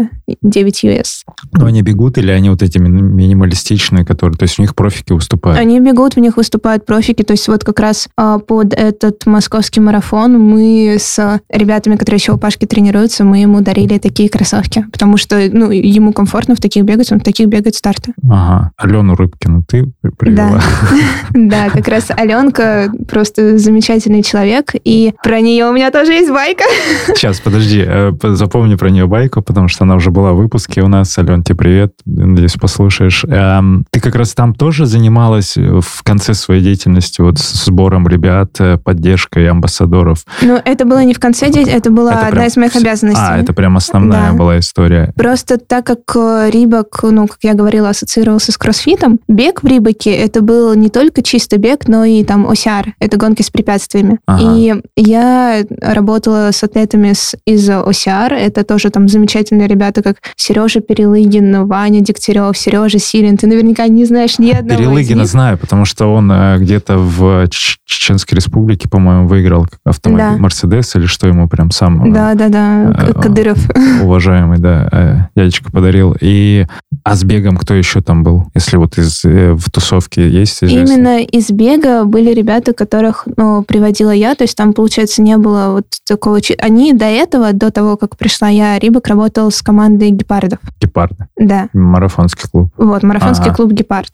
9 US. Но они бегут или они вот эти минималистичные, которые, то есть у них профики выступают? Они бегут, у них выступают профики. То есть вот как раз под этот московский марафон мы с ребятами, которые еще у Пашки тренируются, мы ему дарили такие кроссовки. Потому что, ему комфортно в таких бегать, он в таких бегает старты. Алену Рыбкину ты привела? Да, как раз Аленка просто замечательный человек, и про нее у меня тоже есть байка. Сейчас, подожди, запомни про нее байку, потому что она уже была в выпуске у нас. Ален, тебе привет, надеюсь, послушаешь. Ты как раз там тоже занималась в конце своей деятельности вот сбором ребят, поддержкой амбассадоров? Это было не в конце, это была одна из моих обязанностей. Это прям основная была история. Просто так как Рибок, как я говорила, ассоциировался с кроссфитом, бег в Рибоке это был не только чисто бег, но и там OCR, это гонки с препятствиями. И я работала с атлетами из OCR, это тоже там замечательные ребята, как Сережа Перелыгин, Ваня Дегтярев, Сережа Силин. Ты наверняка не знаешь ни одного Перелыгина знаю, потому что он где-то в Чеченской Республике, по-моему, выиграл автомобиль Мерседес, или что ему прям сам... Да, Кадыров. Уважаемый, дядечка подарил. А с бегом кто еще там был? Если вот в тусовке есть известные? Именно из бега были ребята, которых приводила я, то есть там, получается, не было вот такого... Они до того, как пришла я, Рибок работал с командой гепардов. Гепарды? Да. Марафонский клуб. Вот, марафонский клуб «Гепард».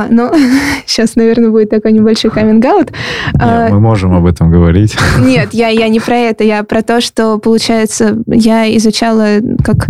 Сейчас, наверное, будет такой небольшой каминг-аут. Мы можем об этом говорить. Нет, я не про это, я про то, что, получается, я изучала как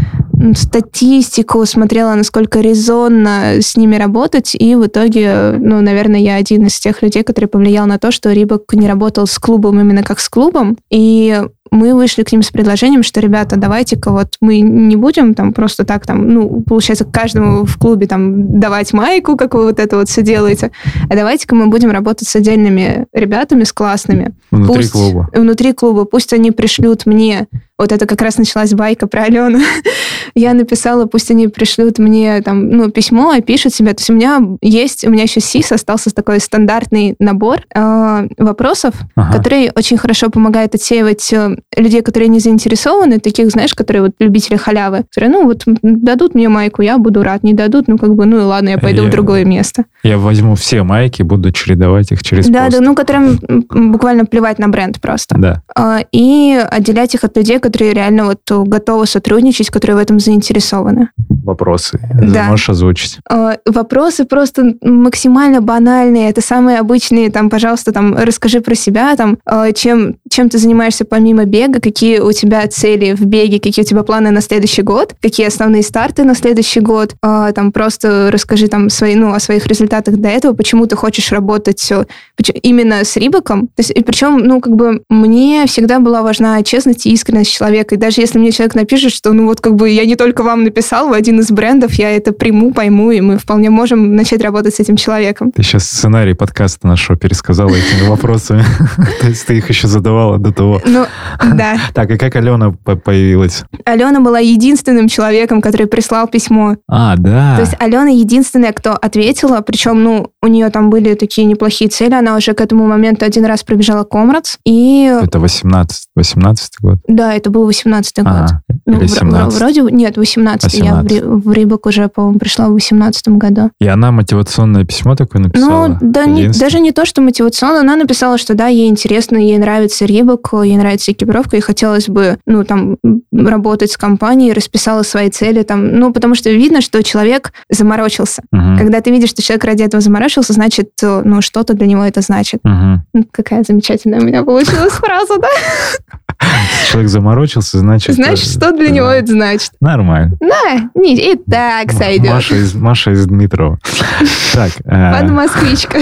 статистику, смотрела, насколько резонно с ними работать, и в итоге, наверное, я один из тех людей, который повлиял на то, что Рибок не работал с клубом именно как с клубом, и мы вышли к ним с предложением, что, ребята, давайте-ка вот мы не будем там просто так там, получается, каждому в клубе там давать майку, как вы вот это вот все делаете, а давайте-ка мы будем работать с отдельными ребятами, с классными. Внутри клуба. Пусть они пришлют мне, вот это как раз началась байка про Алену, я написала, пусть они пришлют мне там, письмо, опишут себя. То есть у меня еще СИС остался такой стандартный набор вопросов, который очень хорошо помогает отсеивать людей, которые не заинтересованы, таких, знаешь, которые вот любители халявы, которые, дадут мне майку, я буду рад, не дадут, и ладно, я пойду в другое место. Я возьму все майки, буду чередовать их через пост. Да, которым буквально плевать на бренд просто. Да. И отделять их от людей, которые реально вот готовы сотрудничать, которые в этом заинтересованы. Вопросы. Можешь озвучить? Вопросы просто максимально банальные. Это самые обычные, пожалуйста, расскажи про себя, чем ты занимаешься помимо бега, какие у тебя цели в беге, какие у тебя планы на следующий год, какие основные старты на следующий год, просто расскажи о своих результатах до этого, почему ты хочешь работать именно с Рибоком. То есть, и причем, мне всегда была важна честность и искренность человека. И даже если мне человек напишет, что, я не не только вам написал, вы один из брендов, я это приму, пойму, и мы вполне можем начать работать с этим человеком. Ты сейчас сценарий подкаста нашего пересказала этими вопросами. То есть ты их еще задавала до того. Ну, да. Так, и как Алена появилась? Алена была единственным человеком, который прислал письмо. А, да. То есть Алена единственная, кто ответила, причем, ну, у нее там были такие неплохие цели, она уже к этому моменту один раз пробежала Комрадс, и... Это 18-й год? Да, это был 18-й год. Ну, или 17? Вроде, нет, 18-й. Я в Рибок уже, по-моему, пришла в 18-м году. И она мотивационное письмо такое написала? Ну, да, даже не то, что мотивационно, она написала, что да, ей интересно, ей нравится Рибок, ей нравится экипировка, и хотелось бы, ну, там, работать с компанией, расписала свои цели, там, ну, потому что видно, что человек заморочился. Когда ты видишь, что человек ради этого заморочился, значит, ну, что-то для него это значит. Какая замечательная у меня получилась фраза, да? Человек заморочился, значит... Значит, что для него это значит. Нормально. Да, и так сойдет. Маша из Дмитрова. Так. Под москвичка.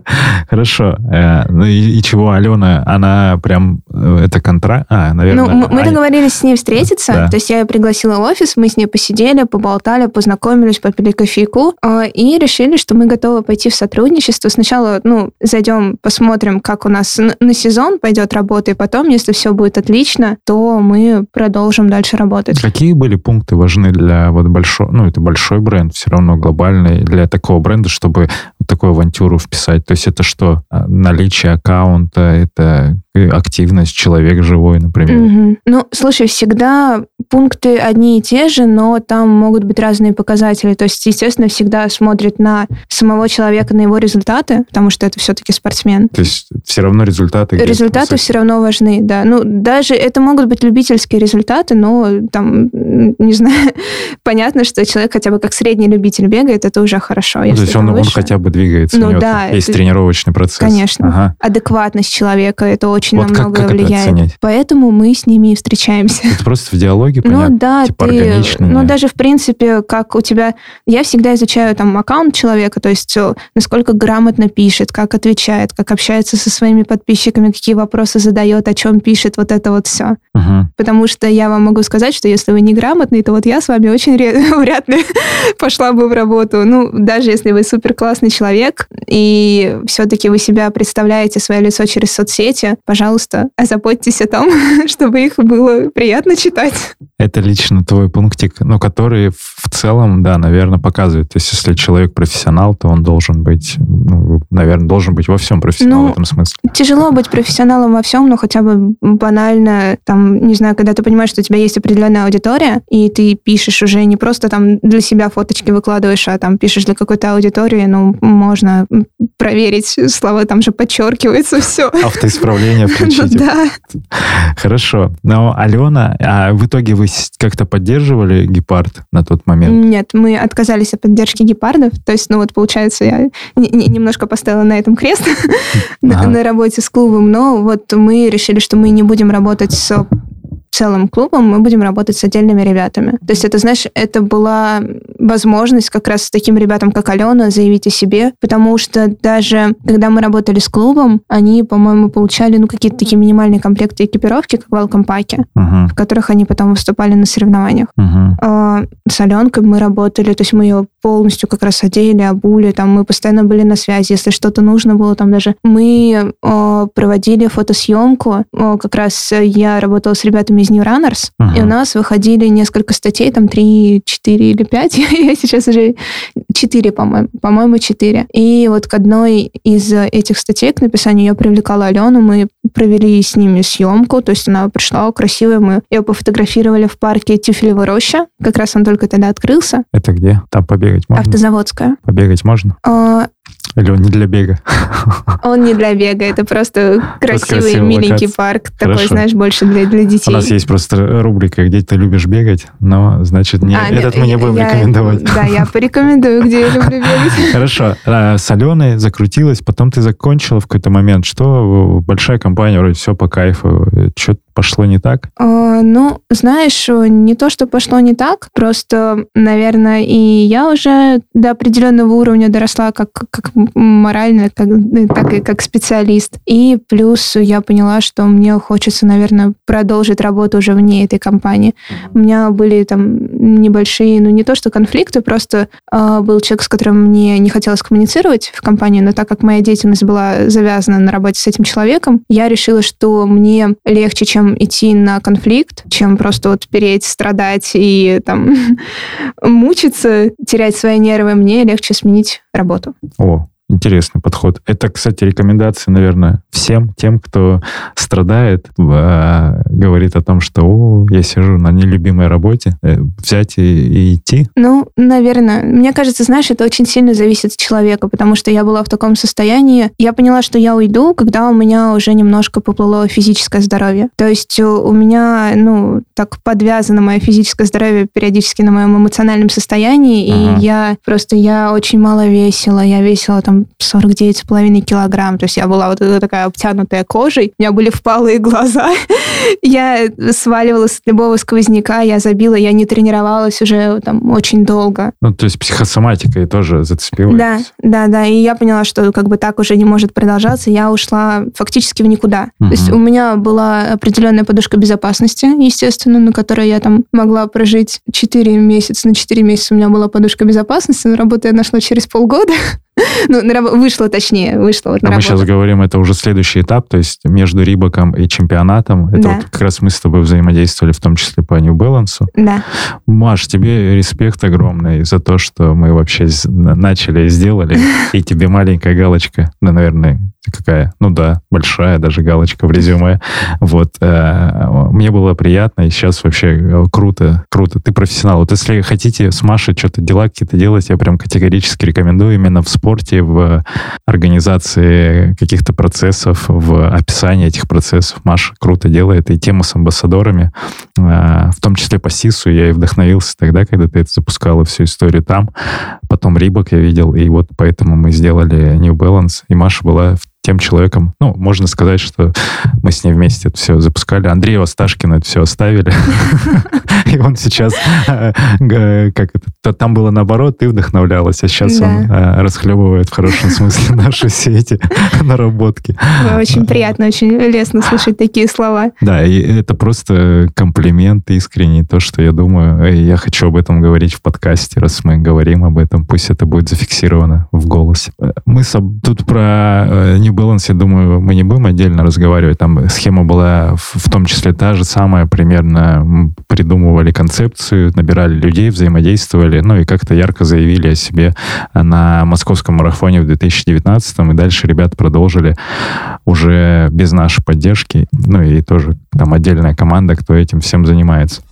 Хорошо. Ну и чего, Алена, она прям... Это контракт? Наверное. Ну, мы договорились с ней встретиться. Да. То есть я ее пригласила в офис, мы с ней посидели, поболтали, познакомились, попили кофейку и решили, что мы готовы пойти в сотрудничество. Сначала, ну, зайдем, посмотрим, как у нас на сезон пойдет работа, и потом, если все будет отлично, то мы продолжим дальше работать. Какие были пункты важны для вот большого, ну, это большой бренд, все равно глобальный, для такого бренда, чтобы вот такую авантюру вписать? То есть это что? Наличие аккаунта, это активность, человек живой, например? Ну, слушай, всегда пункты одни и те же, но там могут быть разные показатели. То есть, естественно, всегда смотрят на самого человека, на его результаты, потому что это все-таки спортсмен. То есть все равно результаты... Результаты все равно важны, да. Ну, даже это могут быть любительские результаты, но там, не знаю, понятно, что человек хотя бы как средний любитель бегает, это уже хорошо. То есть он хотя бы двигается, ну, у него да, есть тренировочный процесс. Конечно. Ага. Адекватность человека, это очень вот на многое как влияет. Это оценить? Поэтому мы с ними и встречаемся. Это просто в диалоге, понятно? Ну да, типа органичный. Ну даже в принципе, как у тебя... Я всегда изучаю там аккаунт человека, то есть насколько грамотно пишет, как отвечает, как общается со своими подписчиками, какие вопросы задает, о чем пишет, вот это вот все. Потому что я вам могу сказать, что если вы неграмотный, то вот я с вами очень вряд ли пошла бы в работу. Ну, даже если вы супер классный человек, и все-таки вы себя представляете, свое лицо через соцсети, пожалуйста, озаботьтесь о том, чтобы их было приятно читать. Это лично твой пунктик, но который в целом, да, наверное, показывает. То есть, если человек профессионал, то он должен быть, ну, наверное, должен быть во всем профессионал в этом смысле. Тяжело быть профессионалом во всем, но хотя бы банально, там, не знаю, когда ты понимаешь, что у тебя есть определенная аудитория, и ты пишешь уже не просто там для себя фоточки выкладываешь, а там пишешь для какой-то аудитории, ну, можно проверить, слова там же подчеркиваются, все. Автоисправление включить. Да. Хорошо. Но, Алена, а в итоге вы как-то поддерживали гепард на тот момент? Нет, мы отказались от поддержки гепардов. То есть, ну вот, получается, я немножко поставила на этом крест на работе с клубом, но вот мы решили, что мы не будем работать с целым клубом, мы будем работать с отдельными ребятами. То есть это, знаешь, это была возможность как раз с таким ребятам, как Алена, заявить о себе, потому что даже когда мы работали с клубом, они, по-моему, получали, ну, какие-то такие минимальные комплекты экипировки, как в велком-паке, в которых они потом выступали на соревнованиях. С Аленкой мы работали, то есть мы ее полностью как раз одели, обули, там мы постоянно были на связи, если что-то нужно было, там даже мы проводили фотосъемку, как раз я работала с ребятами из New Runners, и у нас выходили несколько статей, там 3, 4 или 5, я сейчас уже 4, по-моему, 4. И вот к одной из этих статей, к написанию, я привлекала Алену, мы провели с ними съемку, то есть она пришла красивая, мы ее пофотографировали в парке Тюфелева роща, как раз он только тогда открылся. Это где? Там побегать можно? Автозаводская. Побегать можно? Или он не для бега? Он не для бега, это просто красивый, миленький парк. Хорошо. Такой, знаешь, больше для детей. У нас есть просто рубрика, где ты любишь бегать, но, значит, этот мы не будем рекомендовать. Да, я порекомендую, где я люблю бегать. Хорошо. С Аленой закрутилась, потом ты закончила в какой-то момент. Что? Большая компания, вроде все по кайфу. Что пошло не так? Ну, знаешь, не то, что пошло не так, просто, наверное, и я уже до определенного уровня доросла как морально, так и как специалист. И плюс я поняла, что мне хочется, наверное, продолжить работу уже вне этой компании. У меня были там небольшие, ну, не то что конфликты, просто был человек, с которым мне не хотелось коммуницировать в компании, но так как моя деятельность была завязана на работе с этим человеком, я решила, что мне легче, чем идти на конфликт, чем просто вот переть, страдать и там мучиться, терять свои нервы, мне легче сменить работу. О, интересный подход. Это, кстати, рекомендация, наверное, всем тем, кто страдает, говорит о том, что я сижу на нелюбимой работе, взять и идти. Ну, наверное. Мне кажется, знаешь, это очень сильно зависит от человека, потому что я была в таком состоянии. Я поняла, что я уйду, когда у меня уже немножко поплыло физическое здоровье. То есть у меня, ну, так подвязано мое физическое здоровье периодически на моем эмоциональном состоянии, и я очень мало весила. Я весила там 49,5 килограмм. То есть я была вот такая обтянутая кожей, у меня были впалые глаза. Я сваливалась от любого сквозняка, я забила, я не тренировалась уже там очень долго. Ну, то есть психосоматикой тоже зацепилась. Да. И я поняла, что как бы так уже не может продолжаться. Я ушла фактически в никуда. То есть у меня была определенная подушка безопасности, естественно, на которой я там могла прожить 4 месяца. На 4 месяца у меня была подушка безопасности, но работу я нашла через полгода. Ну, вышла вот на работу. Мы сейчас говорим, это уже следующий этап, то есть между Рибаком и чемпионатом. Это вот как раз мы с тобой взаимодействовали, в том числе по New Balance. Да. Маш, тебе респект огромный за то, что мы вообще начали и сделали. И тебе маленькая галочка, да, наверное, какая? Ну да, большая даже галочка в резюме. Вот. Мне было приятно, и сейчас вообще круто. Ты профессионал. Вот если хотите с Машей что-то дела какие-то делать, я прям категорически рекомендую именно в спорте, в организации каких-то процессов, в описании этих процессов. Маша круто делает. И тему с амбассадорами, в том числе по СИСу, я и вдохновился тогда, когда ты это запускала всю историю там. Потом Рибак я видел, и вот поэтому мы сделали New Balance, и Маша была тем человеком, ну, можно сказать, что мы с ней вместе это все запускали. Андрея Осташкина это все оставили. И он сейчас, там было наоборот, ты вдохновлялась, а сейчас он расхлебывает в хорошем смысле наши все эти наработки. Очень приятно, очень лестно слышать такие слова. Да, и это просто комплимент искренний, то, что я думаю, и я хочу об этом говорить в подкасте, раз мы говорим об этом, пусть это будет зафиксировано в голосе. Мы тут про New Balance, я думаю, мы не будем отдельно разговаривать. Там схема была в том числе та же самая, примерно придумывали концепцию, набирали людей, взаимодействовали, ну и как-то ярко заявили о себе на московском марафоне в 2019, и дальше ребята продолжили уже без нашей поддержки, ну и тоже там отдельная команда, кто этим всем занимается.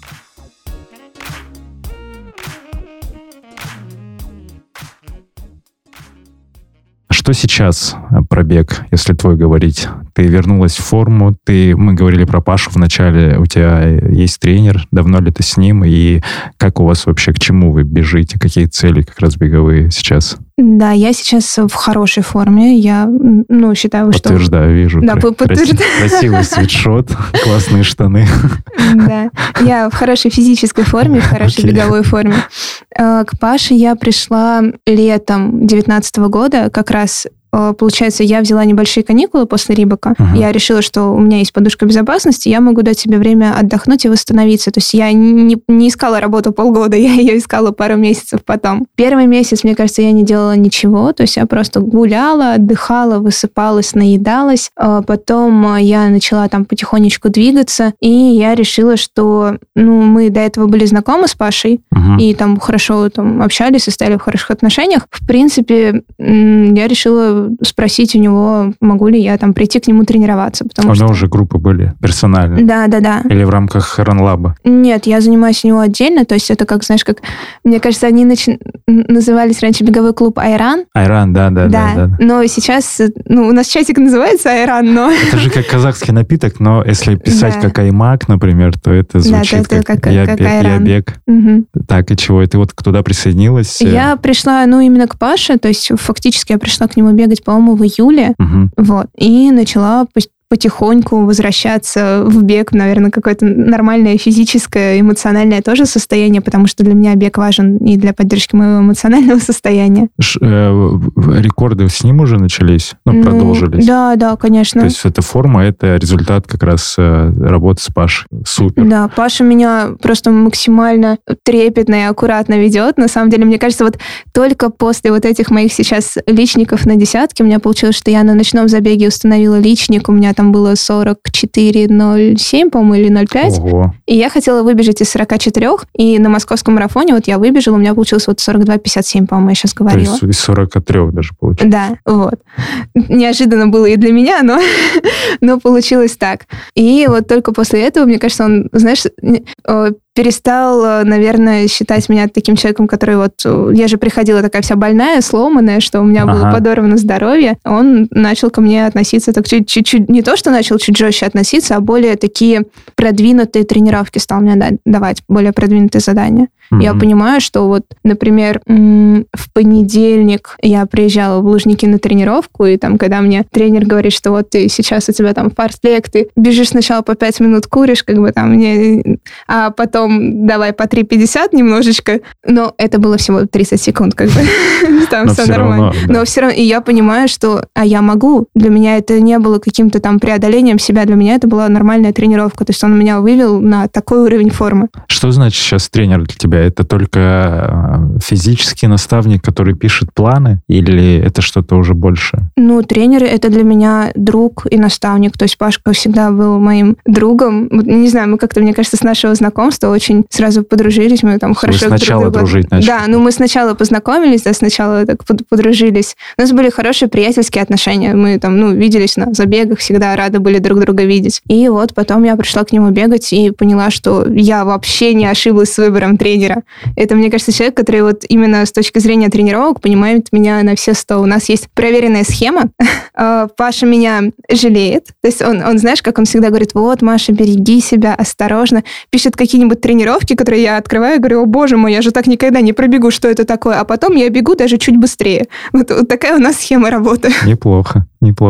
Что сейчас про бег, если твой говорить? Ты вернулась в форму, мы говорили про Пашу в начале, у тебя есть тренер, давно ли ты с ним, и как у вас вообще, к чему вы бежите, какие цели как раз беговые сейчас? Да, я сейчас в хорошей форме. Я, считаю, что... Подтверждаю, вижу. Да, подтверждаю. Красивый свитшот, классные штаны. Да, я в хорошей физической форме, в хорошей беговой форме. К Паше я пришла летом 2019 года, как раз получается, я взяла небольшие каникулы после Рибака. Я решила, что у меня есть подушка безопасности, я могу дать себе время отдохнуть и восстановиться. То есть я не искала работу полгода, я ее искала пару месяцев потом. Первый месяц, мне кажется, я не делала ничего. То есть я просто гуляла, отдыхала, высыпалась, наедалась. Потом я начала там потихонечку двигаться, и я решила, что мы до этого были знакомы с Пашей, и там хорошо там общались и стали в хороших отношениях. В принципе, я решила спросить у него, могу ли я там прийти к нему тренироваться. Потому что уже группы были персональные? Да. Или в рамках Ранлаба? Нет, я занимаюсь у него отдельно, то есть это как, знаешь, как, мне кажется, они назывались раньше беговой клуб Айран. Айран, да. Но сейчас, у нас чатик называется Айран, но... Это же как казахский напиток, но если писать как Аймак, например, то это звучит как я бег. Так, и чего? И ты вот туда присоединилась? Я пришла, именно к Паше, то есть фактически я пришла к нему бегать, по-моему, в июле, вот, и начала потихоньку возвращаться в бег, наверное, какое-то нормальное физическое, эмоциональное тоже состояние, потому что для меня бег важен и для поддержки моего эмоционального состояния. Рекорды с ним уже начались? Продолжились? Да, конечно. То есть эта форма, это результат как раз работы с Пашей. Супер. Да, Паша меня просто максимально трепетно и аккуратно ведет. На самом деле, мне кажется, вот только после вот этих моих сейчас личников на десятке у меня получилось, что я на ночном забеге установила личник, у меня там было 44.07, по-моему, или 0.5. Ого. И я хотела выбежать из 44, и на московском марафоне вот я выбежала, у меня получилось вот 42.57, по-моему, я сейчас говорила. То есть из 43 даже получилось. Да, вот. Неожиданно было и для меня, но получилось так. И вот только после этого, мне кажется, он, знаешь, перестал, наверное, считать меня таким человеком, который вот... Я же приходила такая вся больная, сломанная, что у меня было подорвано здоровье. Он начал ко мне относиться так чуть-чуть... Не то, что начал чуть жестче относиться, а более такие продвинутые тренировки стал мне давать, более продвинутые задания. Я понимаю, что вот, например, в понедельник я приезжала в Лужники на тренировку, и там, когда мне тренер говорит, что вот ты сейчас у тебя там фарслег, ты бежишь сначала по 5 минут, куришь, как бы там, а потом давай по 3:50 немножечко, но это было всего 30 секунд, как бы, там все нормально. Но все равно, и я понимаю, что, я могу, для меня это не было каким-то там преодолением себя, для меня это была нормальная тренировка, то есть он меня вывел на такой уровень формы. Что значит сейчас тренер для тебя? Это только физический наставник, который пишет планы, или это что-то уже больше? Тренер — это для меня друг и наставник. То есть Пашка всегда был моим другом. Не знаю, мы как-то, мне кажется, с нашего знакомства очень сразу подружились. Мы там хорошо друг сначала друга... дружить начали? Да, мы сначала познакомились, сначала так подружились. У нас были хорошие приятельские отношения. Мы там, виделись на забегах, всегда рады были друг друга видеть. И вот потом я пришла к нему бегать и поняла, что я вообще не ошиблась с выбором тренера. Это, мне кажется, человек, который вот именно с точки зрения тренировок понимает меня на все 100. У нас есть проверенная схема. Паша меня жалеет. То есть он, знаешь, как он всегда говорит, вот, Маша, береги себя, осторожно. Пишет какие-нибудь тренировки, которые я открываю и говорю, о, боже мой, я же так никогда не пробегу, что это такое. А потом я бегу даже чуть быстрее. Вот такая у нас схема работы. Неплохо.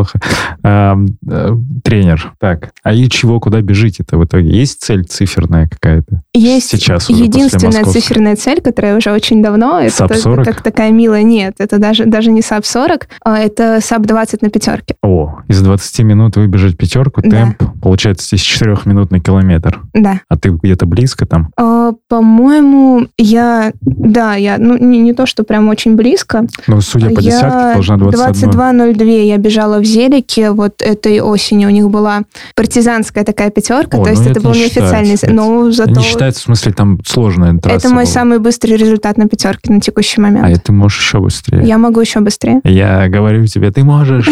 Тренер. Так, и чего, куда бежите-то в итоге? Есть цель циферная какая-то? Есть сейчас уже единственная циферная цель, которая уже очень давно. САП 40? Это как такая милая. Нет, это даже не САП 40, это САП 20 на пятерке. О, из 20 минут выбежать пятерку, темп, получается, здесь 4 минут на километр. Да. А ты где-то близко там? По-моему, я не то, что прям очень близко. Но судя по десятке, должна 22:02 я бежала в Зелике, вот этой осенью у них была партизанская такая пятерка, то есть это был неофициальный... Но зато... Не считается, в смысле, там сложная трасса. Это мой самый быстрый результат на пятерке на текущий момент. А ты можешь еще быстрее. Я могу еще быстрее. Я говорю тебе, ты можешь.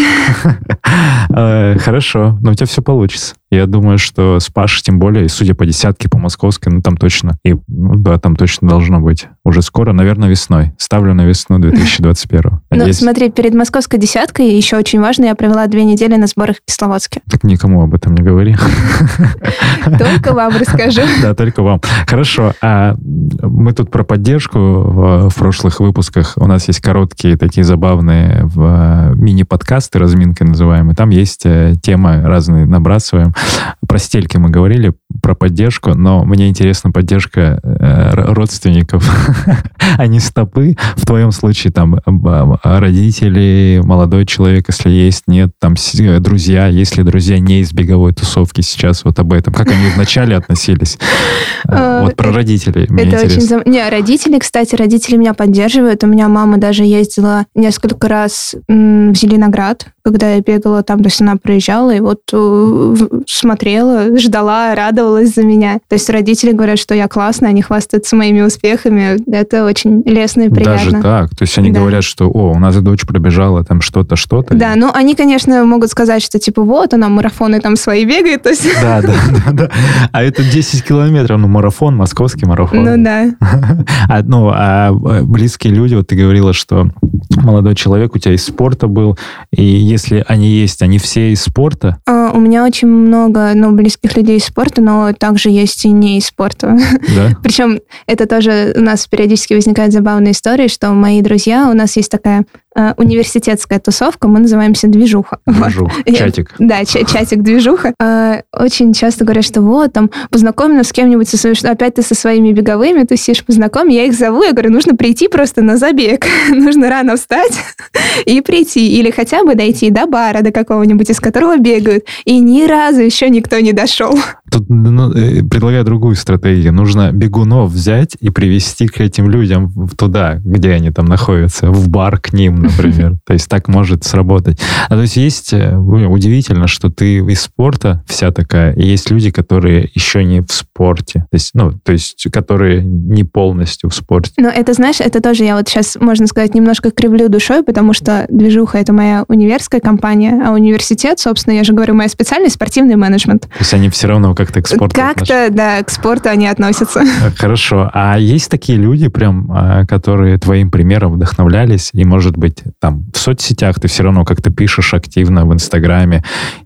Хорошо, но у тебя все получится. Я думаю, что с Пашей, тем более, судя по десятке, по московской, там точно. И там точно должно быть. Уже скоро, наверное, весной. Ставлю на весну 2021. Смотри, перед московской десяткой еще очень важно, я провела 2 недели на сборах в Кисловодске. Так никому об этом не говори. Только вам расскажу. Да, только вам. Хорошо. Мы тут про поддержку в прошлых выпусках. У нас есть короткие такие забавные мини-подкасты, разминкой называемые. Там есть темы разные, набрасываем. Про стельки мы говорили, про поддержку, но мне интересна поддержка родственников, а не стопы. В твоем случае там родители, молодой человек, если есть, нет, там друзья, если друзья не из беговой тусовки сейчас, вот об этом. Как они вначале относились? Вот про родителей мне интересно. Родители, кстати, родители меня поддерживают. У меня мама даже ездила несколько раз в Зеленоград, когда я бегала там, то есть она приезжала и вот смотрела, ждала, радовалась за меня. То есть родители говорят, что я классная, они хвастаются моими успехами. Это очень лестно и приятно. Даже так? То есть они говорят, что, у нас дочь пробежала там что-то. Да, они, конечно, могут сказать, что типа вот, она марафоны там свои бегает. То есть... Да. А это 10 километров, марафон, московский марафон. Ну да. А близкие люди, вот ты говорила, что молодой человек у тебя из спорта был, и если они есть, они все из спорта? У меня очень много близких людей из спорта, но также есть и не из спорта. Да? Причем это тоже у нас периодически возникает забавная история, что мои друзья, у нас есть такая университетская тусовка, мы называемся «Движуха». Чатик. Да, чатик «Движуха». Очень часто говорят, что вот, там, познакомь нас с кем-нибудь, опять ты со своими беговыми тусишь, познакомь, я их зову, я говорю, нужно прийти просто на забег, нужно рано встать и прийти, или хотя бы дойти до бара, до какого-нибудь, из которого бегают, и ни разу еще никто не дошел. Тут предлагаю другую стратегию. Нужно бегунов взять и привести к этим людям туда, где они там находятся, в бар к ним, например. То есть так может сработать. То есть удивительно, что ты из спорта вся такая, и есть люди, которые еще не в спорте. То есть которые не полностью в спорте. Но это, знаешь, это тоже я вот сейчас, можно сказать, немножко кривлю душой, потому что «Движуха» — это моя универская компания, а университет, собственно, я же говорю, моя специальность — спортивный менеджмент. То есть они все равно как-то к спорту относятся? Да, к спорту они относятся. Хорошо. А есть такие люди, прям, которые твоим примером вдохновлялись, и, может быть, там, в соцсетях ты все равно как-то пишешь активно в Инстаграме,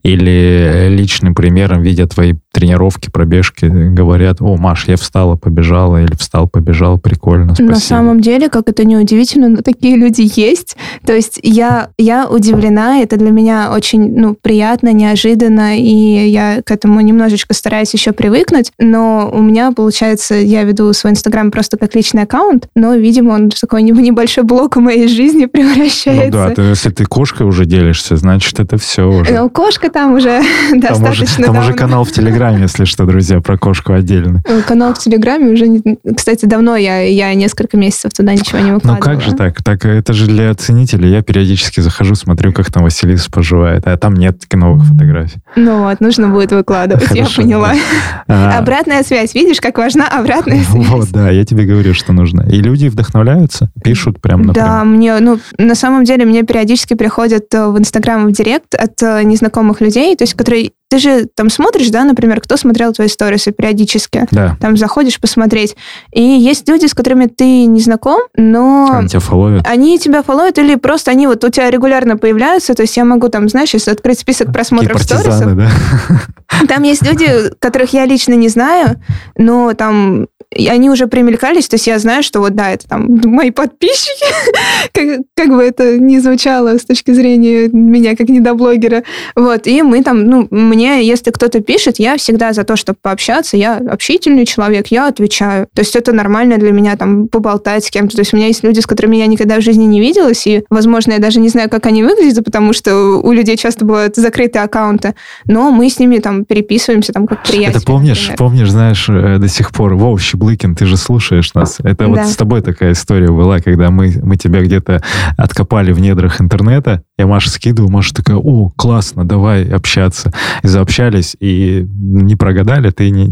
или личным примером, видя твои тренировки, пробежки, говорят: «О, Маш, я встала, побежала», или «Встал, побежал, прикольно, спасибо». На самом деле, как это не удивительно, но такие люди есть. То есть я удивлена, это для меня очень приятно, неожиданно, и я к этому немножечко стараюсь еще привыкнуть, но у меня, получается, я веду свой Инстаграм просто как личный аккаунт, но, видимо, он в такой небольшой блок в моей жизни превращается. Ну да, если ты кошкой уже делишься, значит, это все уже. Ну, кошка там уже достаточно давно. Там уже канал в Телеграме, если что, друзья, про кошку отдельно. Канал в Телеграме уже, кстати, давно, я несколько месяцев туда ничего не выкладывала. Ну как же так? Так это же для ценителей. Я периодически захожу, смотрю, как там Василиса поживает, а там нет новых фотографий. Ну вот, нужно будет выкладывать, хорошо, я поняла. Обратная связь, видишь, как важна обратная связь. Вот, да, я тебе говорю, что нужно. И люди вдохновляются, пишут прям напрямую. Да, на самом деле, мне периодически приходят в Инстаграм, в Директ от незнакомых людей, то есть, которые... Ты же там смотришь, да, например, кто смотрел твои сторисы периодически. Да. Там заходишь посмотреть. И есть люди, с которыми ты не знаком, но... Они тебя фолловят? Они тебя фолловят, или просто они вот у тебя регулярно появляются. То есть я могу там, знаешь, если открыть список просмотров сторисов. Да? Там есть люди, которых я лично не знаю, но там... И они уже примелькались, то есть я знаю, что вот да, это там мои подписчики, как бы это ни звучало с точки зрения меня как недоблогера. Вот, и мы там, мне, если кто-то пишет, я всегда за то, чтобы пообщаться, я общительный человек, я отвечаю. То есть это нормально для меня там поболтать с кем-то. То есть у меня есть люди, с которыми я никогда в жизни не виделась, и, возможно, я даже не знаю, как они выглядят, потому что у людей часто бывают закрытые аккаунты, но мы с ними там переписываемся, там как приятели. Это помнишь, знаешь, до сих пор, Блыкин, ты же слушаешь нас. Это вот с тобой такая история была, когда мы тебя где-то откопали в недрах интернета. Я Маше скидываю, Маша такая: «О, классно, давай общаться». И заобщались, и не прогадали.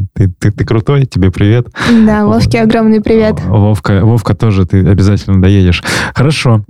Ты крутой, тебе привет. Да, Вовке огромный привет. Вовка тоже, ты обязательно доедешь. Хорошо.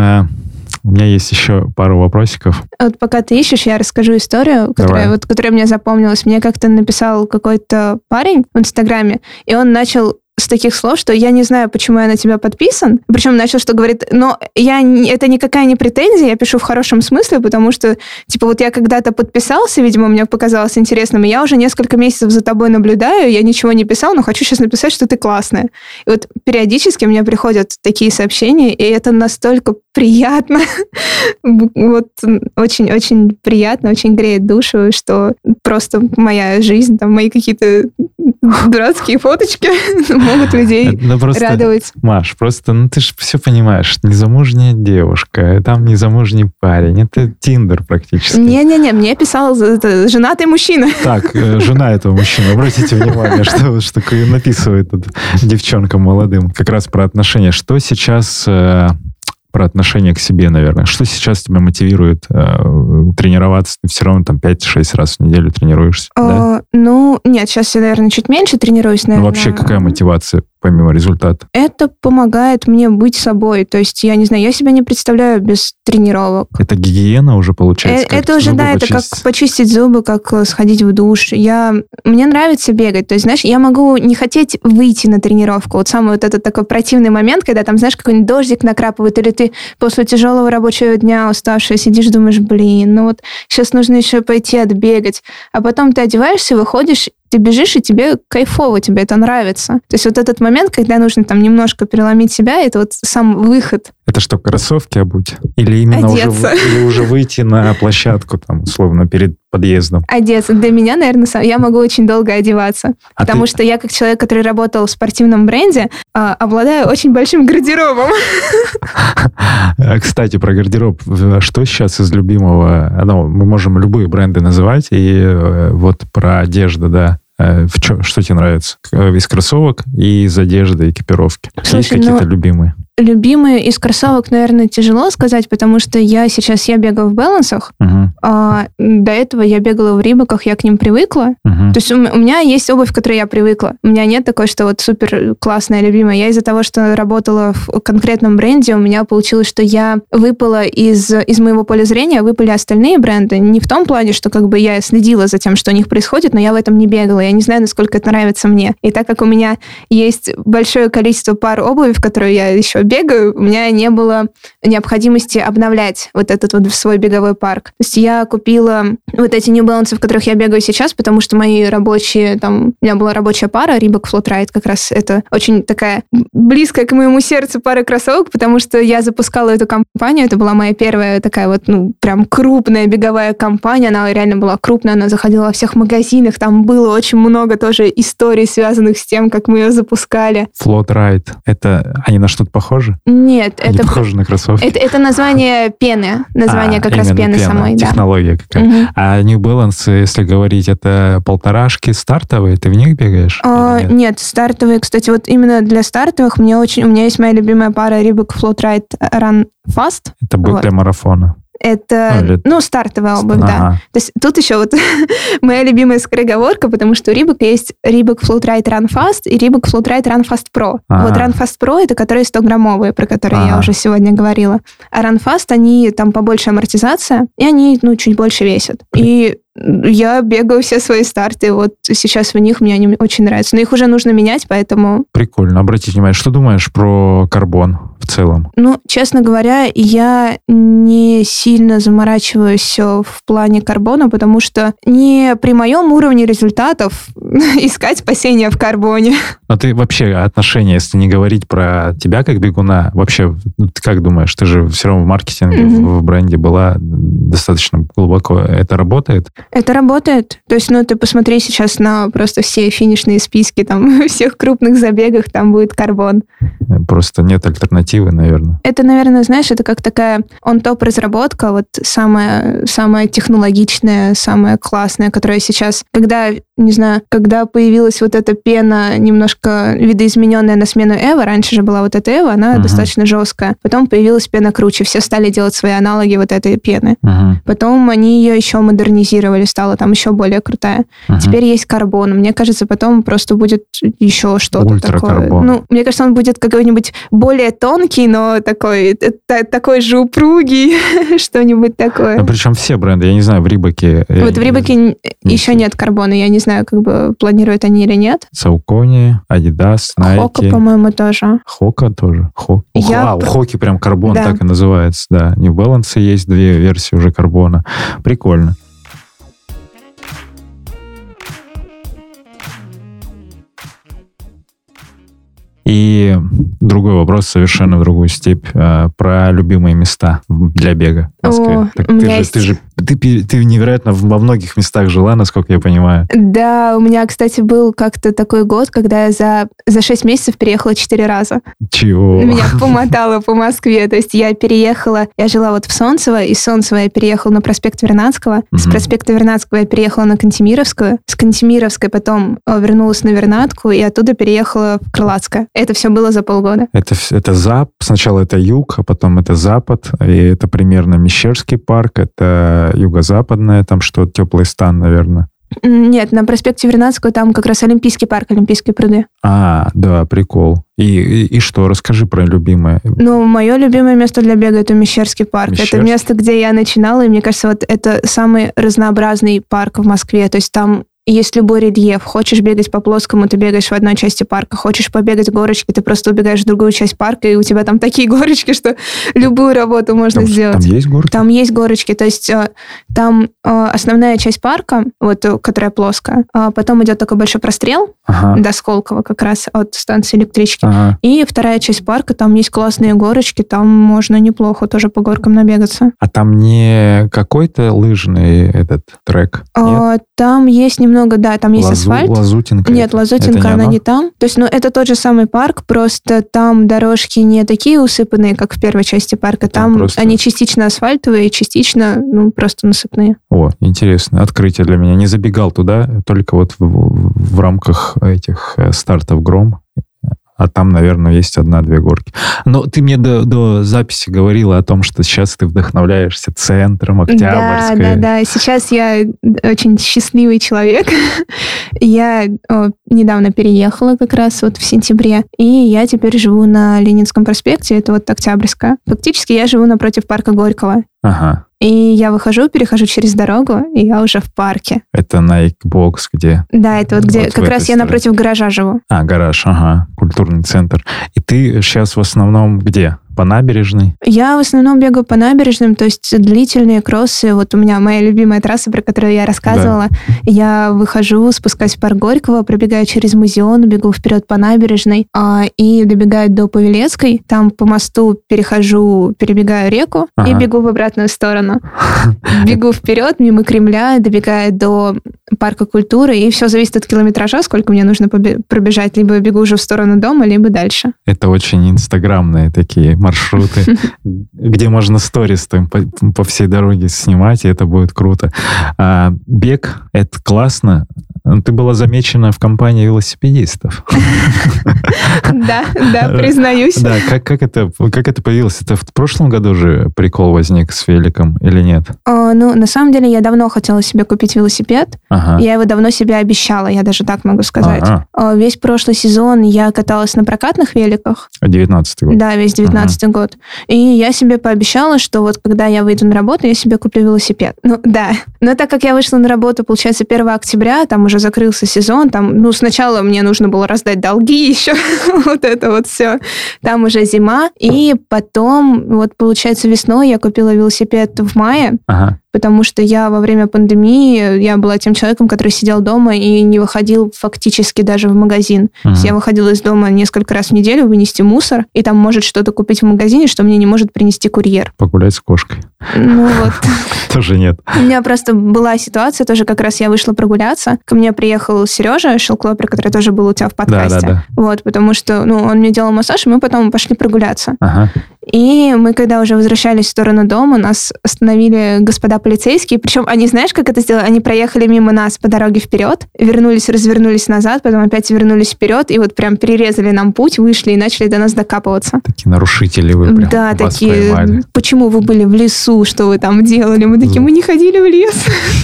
У меня есть еще пару вопросиков. Вот пока ты ищешь, я расскажу историю, которая мне запомнилась. Мне как-то написал какой-то парень в Инстаграме, и он начал с таких слов, что я не знаю, почему я на тебя подписан. Причем начал, что говорит, но это никакая не претензия, я пишу в хорошем смысле, потому что, типа, вот я когда-то подписался, видимо, мне показалось интересным, и я уже несколько месяцев за тобой наблюдаю, я ничего не писал, но хочу сейчас написать, что ты классная. И вот периодически мне приходят такие сообщения, и это настолько приятно. Вот очень-очень приятно, очень греет душу, что просто моя жизнь, там, мои какие-то дурацкие фоточки могут людей радовать. Маш, просто, ты же все понимаешь, незамужняя девушка, там незамужний парень, это Тиндер практически. Не-не-не, мне писал женатый мужчина. Так, жена этого мужчины, обратите внимание, что такое написывает девчонкам молодым. Как раз про отношения. Что сейчас... Про отношение к себе, наверное. Что сейчас тебя мотивирует тренироваться? Ты все равно там 5-6 раз в неделю тренируешься, да? Нет, сейчас я, наверное, чуть меньше тренируюсь, наверное. Вообще, какая мотивация помимо результата? Это помогает мне быть собой. То есть, я не знаю, я себя не представляю без тренировок. Это гигиена уже получается? Это уже, да, это как почистить зубы, как сходить в душ. Мне нравится бегать. То есть, знаешь, я могу не хотеть выйти на тренировку. Вот самый вот этот такой противный момент, когда там, знаешь, какой-нибудь дождик накрапывает, или ты после тяжелого рабочего дня уставшая сидишь, думаешь, сейчас нужно еще пойти отбегать. А потом ты одеваешься, выходишь, ты бежишь, и тебе кайфово, тебе это нравится. То есть вот этот момент, когда нужно там немножко переломить себя, это вот сам выход. Это что, кроссовки обуть? Или именно уже выйти на площадку, там, условно, перед подъездом? Одеться. Для меня, наверное, я могу очень долго одеваться. Потому что я, как человек, который работал в спортивном бренде, обладаю очень большим гардеробом. Кстати, про гардероб. Что сейчас из любимого? Мы можем любые бренды называть, и вот про одежду, да. Что тебе нравится? Из кроссовок и из одежды, экипировки. Есть какие-то любимые? Любимые из кроссовок, наверное, тяжело сказать, потому что я бегаю в Балансах. А до этого я бегала в Рибоках, я к ним привыкла. То есть у меня есть обувь, к которой я привыкла. У меня нет такой, что вот супер классная, любимая. Я из-за того, что работала в конкретном бренде, у меня получилось, что я выпала из моего поля зрения, выпали остальные бренды. Не в том плане, что как бы я следила за тем, что у них происходит, но я в этом не бегала. Я не знаю, насколько это нравится мне. И так как у меня есть большое количество пар обуви, в которую я еще бегаю, у меня не было необходимости обновлять вот этот вот свой беговой парк. То есть я купила вот эти New Balance, в которых я бегаю сейчас, потому что мои рабочие, там, у меня была рабочая пара, Reebok Float Ride, как раз это очень такая близкая к моему сердцу пара кроссовок, потому что я запускала эту компанию, это была моя первая такая вот, прям крупная беговая компания, она реально была крупная, она заходила во всех магазинах, там было очень много тоже историй, связанных с тем, как мы ее запускали. Float Ride, это они на что-то похожи? Нет, они это похожи на кроссовки. Это название пены, название как раз пены самой, да. Технология какая. А New Balance, если говорить, это полторашки стартовые, ты в них бегаешь? Нет, стартовые, кстати, вот именно для стартовых у меня есть моя любимая пара Reebok Float Ride Run Fast. Это будет для марафона. Это, стартовая обувь, да. То есть тут еще вот моя любимая скороговорка, потому что у Reebok есть Reebok Float Ride Run Fast и Reebok Float Ride Run Fast Pro. Вот Run Fast Pro — это которые 100-граммовые, про которые я уже сегодня говорила. А Run Fast, они там побольше амортизация, и они, чуть больше весят. И я бегаю все свои старты, вот сейчас в них мне они очень нравятся. Но их уже нужно менять, поэтому... Прикольно. Обратите внимание, что думаешь про карбон в целом? Честно говоря, я не сильно заморачиваюсь в плане карбона, потому что не при моем уровне результатов искать спасение в карбоне. Но ты вообще отношения, если не говорить про тебя как бегуна, вообще, ты как думаешь, ты же все равно в маркетинге, в бренде была достаточно глубоко. Это работает? Это работает. То есть, ты посмотри сейчас на просто все финишные списки, там, всех крупных забегах, там будет карбон. Просто нет альтернативы, наверное. Это, наверное, знаешь, это как такая он-топ разработка, вот самая технологичная, самая классная, которая сейчас, когда появилась вот эта пена немножко видоизмененная на смену Эва, раньше же была вот эта Эва, она достаточно жесткая. Потом появилась пена круче, все стали делать свои аналоги вот этой пены. Потом они ее еще модернизировали, стала там еще более крутая. Теперь есть карбон. Мне кажется, потом просто будет еще что-то такое. Мне кажется, он будет какой-нибудь более тонкий, но такой же упругий, что-нибудь такое. Причем все бренды, я не знаю, в Рибоке... Вот в Рибоке еще нет карбона, я не знаю, планируют они или нет. Saucony, Adidas, Nike. Hoka, по-моему, тоже. Hoka тоже. У Hoki прям карбон так и называется, да. New Balance есть 2 версии уже карбона. Прикольно. И другой вопрос, совершенно в другую степь, про любимые места для бега в Москве. Ты невероятно во многих местах жила, насколько я понимаю. Да, у меня, кстати, был как-то такой год, когда я за 6 месяцев переехала 4 раза. Чего? Меня помотало по Москве. То есть я жила вот в Солнцево, из Солнцева я переехала на проспект Вернадского, с проспекта Вернадского я переехала на Кантемировскую, с Кантемировской потом вернулась на Вернадку и оттуда переехала в Крылатское. Это все было за полгода. Это сначала это юг, а потом это запад, и это примерно Мещерский парк, это юго-западное, там что-то, теплый стан, наверное. Нет, на проспекте Вернадского там как раз Олимпийский парк, Олимпийские пруды. Да, прикол. И что? Расскажи про любимое. Мое любимое место для бега — это Мещерский парк. Это место, где я начинала, и мне кажется, вот это самый разнообразный парк в Москве. То есть там есть любой рельеф. Хочешь бегать по плоскому, ты бегаешь в одной части парка. Хочешь побегать горочки, ты просто убегаешь в другую часть парка, и у тебя там такие горочки, что любую работу можно сделать. Там есть горки? Там есть горочки. То есть там основная часть парка, вот, которая плоская, потом идет такой большой прострел до Сколково как раз от станции электрички. И вторая часть парка, там есть классные горочки, там можно неплохо тоже по горкам набегаться. А там не какой-то лыжный этот трек? Нет? Там есть немного, да, там есть асфальт. Лазутинка? Нет, Лазутинка, она не там. То есть, ну, это тот же самый парк, просто там дорожки не такие усыпанные, как в первой части парка. Там просто... они частично асфальтовые, частично, ну, просто насыпные. О, интересно. Открытие для меня. Не забегал туда, только вот в рамках этих стартов «Гром». А там, наверное, есть 1-2 горки. Но ты мне до записи говорила о том, что сейчас ты вдохновляешься центром Октябрьской. Да. Сейчас я очень счастливый человек. Я недавно переехала как раз вот в сентябре, и я теперь живу на Ленинском проспекте, это вот Октябрьская. Фактически я живу напротив парка Горького. Ага. И я перехожу через дорогу, и я уже в парке. Это на Xbox где? Да, это вот где вот как раз я напротив гаража живу. Гараж, культурный центр. И ты сейчас в основном где? По набережной? Я в основном бегаю по набережным, то есть длительные кроссы. Вот у меня моя любимая трасса, про которую я рассказывала. Да. Я выхожу, спускаюсь в парк Горького, пробегаю через Музеон, бегу вперед по набережной и добегаю до Павелецкой. Там по мосту перебегаю реку и бегу в обратную сторону. Бегу вперед, мимо Кремля, добегаю до парка культуры, и все зависит от километража, сколько мне нужно пробежать. Либо бегу уже в сторону дома, либо дальше. Это очень инстаграмные такие маршруты, где можно сторис по всей дороге снимать, и это будет круто. Бег — это классно. Ты была замечена в компании велосипедистов. Да, признаюсь. Да, как это появилось? Это в прошлом году же прикол возник с великом или нет? Ну, на самом деле, я давно хотела себе купить велосипед. Я его давно себе обещала, я даже так могу сказать. Весь прошлый сезон я каталась на прокатных великах. 19-й год. Да, весь 19-й год. И я себе пообещала, что вот когда я выйду на работу, я себе куплю велосипед. Ну, да. Но так как я вышла на работу, получается, 1 октября, там уже закрылся сезон, там, ну, сначала мне нужно было раздать долги еще, вот это вот все. Там уже зима, и потом, вот, получается, весной я купила велосипед в мае, потому что я во время пандемии, я была тем человеком, который сидел дома и не выходил фактически даже в магазин. То есть я выходила из дома несколько раз в неделю вынести мусор, и там может что-то купить в магазине, что мне не может принести курьер. Погулять с кошкой. Ну вот. Тоже нет. У меня просто была ситуация, тоже как раз я вышла прогуляться. Ко мне приехал Сережа Шелклопер, который тоже был у тебя в подкасте. Да. Вот, потому что, ну, он мне делал массаж, и мы потом пошли прогуляться. И мы, когда уже возвращались в сторону дома, нас остановили господа полицейские. Причем они, знаешь, как это сделали? Они проехали мимо нас по дороге вперед, вернулись, развернулись назад, потом опять вернулись вперед, и вот прям перерезали нам путь, вышли и начали до нас докапываться. Такие нарушители вы прям. Да, такие. Поймали. Почему вы были в лесу? Что вы там делали? Мы такие, мы не ходили в лес.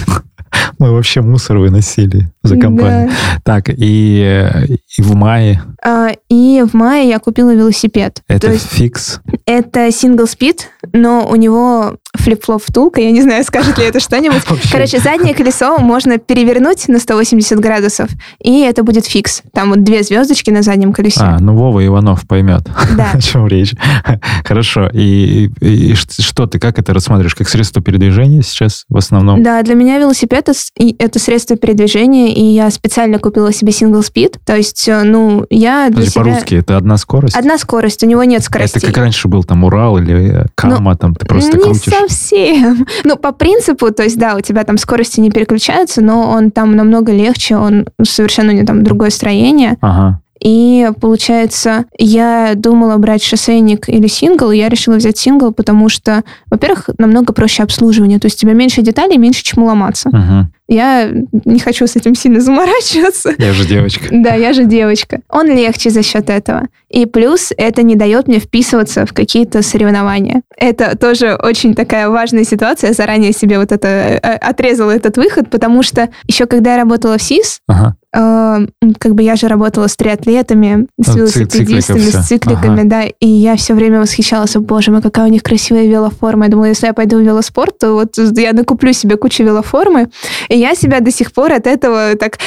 Мы вообще мусор выносили за компанию. Да. Так, и в мае? И в мае я купила велосипед. Это фикс? Это single speed, но у него флип-флоп втулка. Я не знаю, скажет ли это что-нибудь. Короче, заднее колесо можно перевернуть на 180 градусов, и это будет фикс. Там вот 2 звездочки на заднем колесе. Ну Вова Иванов поймет, да. О чем речь. Хорошо. И что ты, как это рассматриваешь? Как средство передвижения сейчас в основном? Да, для меня велосипед — это средство передвижения, и я специально купила себе single speed. То есть, ну, я для себя... По-русски это одна скорость? Одна скорость, у него нет скоростей. Это как раньше был там Урал или Кама, там ты просто крутишь? Не совсем. Ну, по принципу, то есть, да, у тебя там скорости не переключаются, но он там намного легче, он совершенно не там другое строение. И, получается, я думала брать шоссейник или сингл, и я решила взять сингл, потому что, во-первых, намного проще обслуживание, то есть у тебя меньше деталей, меньше чему ломаться. Я не хочу с этим сильно заморачиваться. Я же девочка. Да, я же девочка. Он легче за счет этого. И плюс это не дает мне вписываться в какие-то соревнования. Это тоже очень такая важная ситуация. Я заранее себе вот это отрезала этот выход, потому что еще когда я работала в СИС, как бы я же работала с триатлетами, с велосипедистами, с цикликами, да, и я все время восхищалась, боже мой, какая у них красивая велоформа. Я думала, если я пойду в велоспорт, то вот я накуплю себе кучу велоформы, и я себя до сих пор от этого так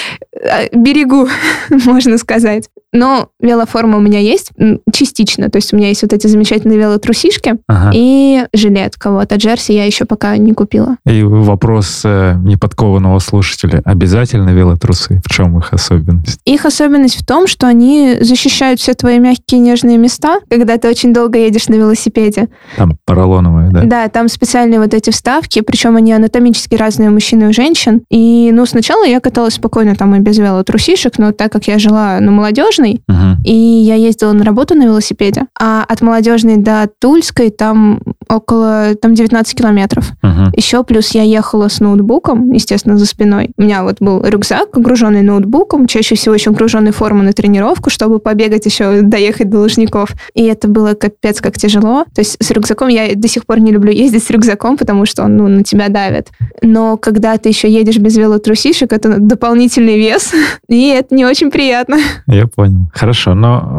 берегу, можно сказать. Но велоформа у меня есть частично, то есть у меня есть вот эти замечательные велотрусишки и жилетка, вот, а джерси я еще пока не купила. И вопрос неподкованного слушателя. Обязательно велотрусы? В чем их особенность? Их особенность в том, что они защищают все твои мягкие нежные места, когда ты очень долго едешь на велосипеде. Там поролоновые, да? Да, там специальные вот эти вставки, причем они анатомически разные у мужчин и у женщин. И, сначала я каталась спокойно там и без велотрусишек, но так как я жила на Молодежной, и я ездила на работу на велосипеде, а от Молодежной до Тульской там около 19 километров. Еще плюс я ехала с ноутбуком, естественно, за спиной. У меня вот был рюкзак, груженный ноутбуком, чаще всего еще груженный форму на тренировку, чтобы побегать еще, доехать до Лужников. И это было капец как тяжело. То есть с рюкзаком я до сих пор не люблю ездить с рюкзаком, потому что он на тебя давит. Но когда ты еще едешь без велотрусишек, это дополнительный вес, и это не очень приятно. Я понял. Хорошо,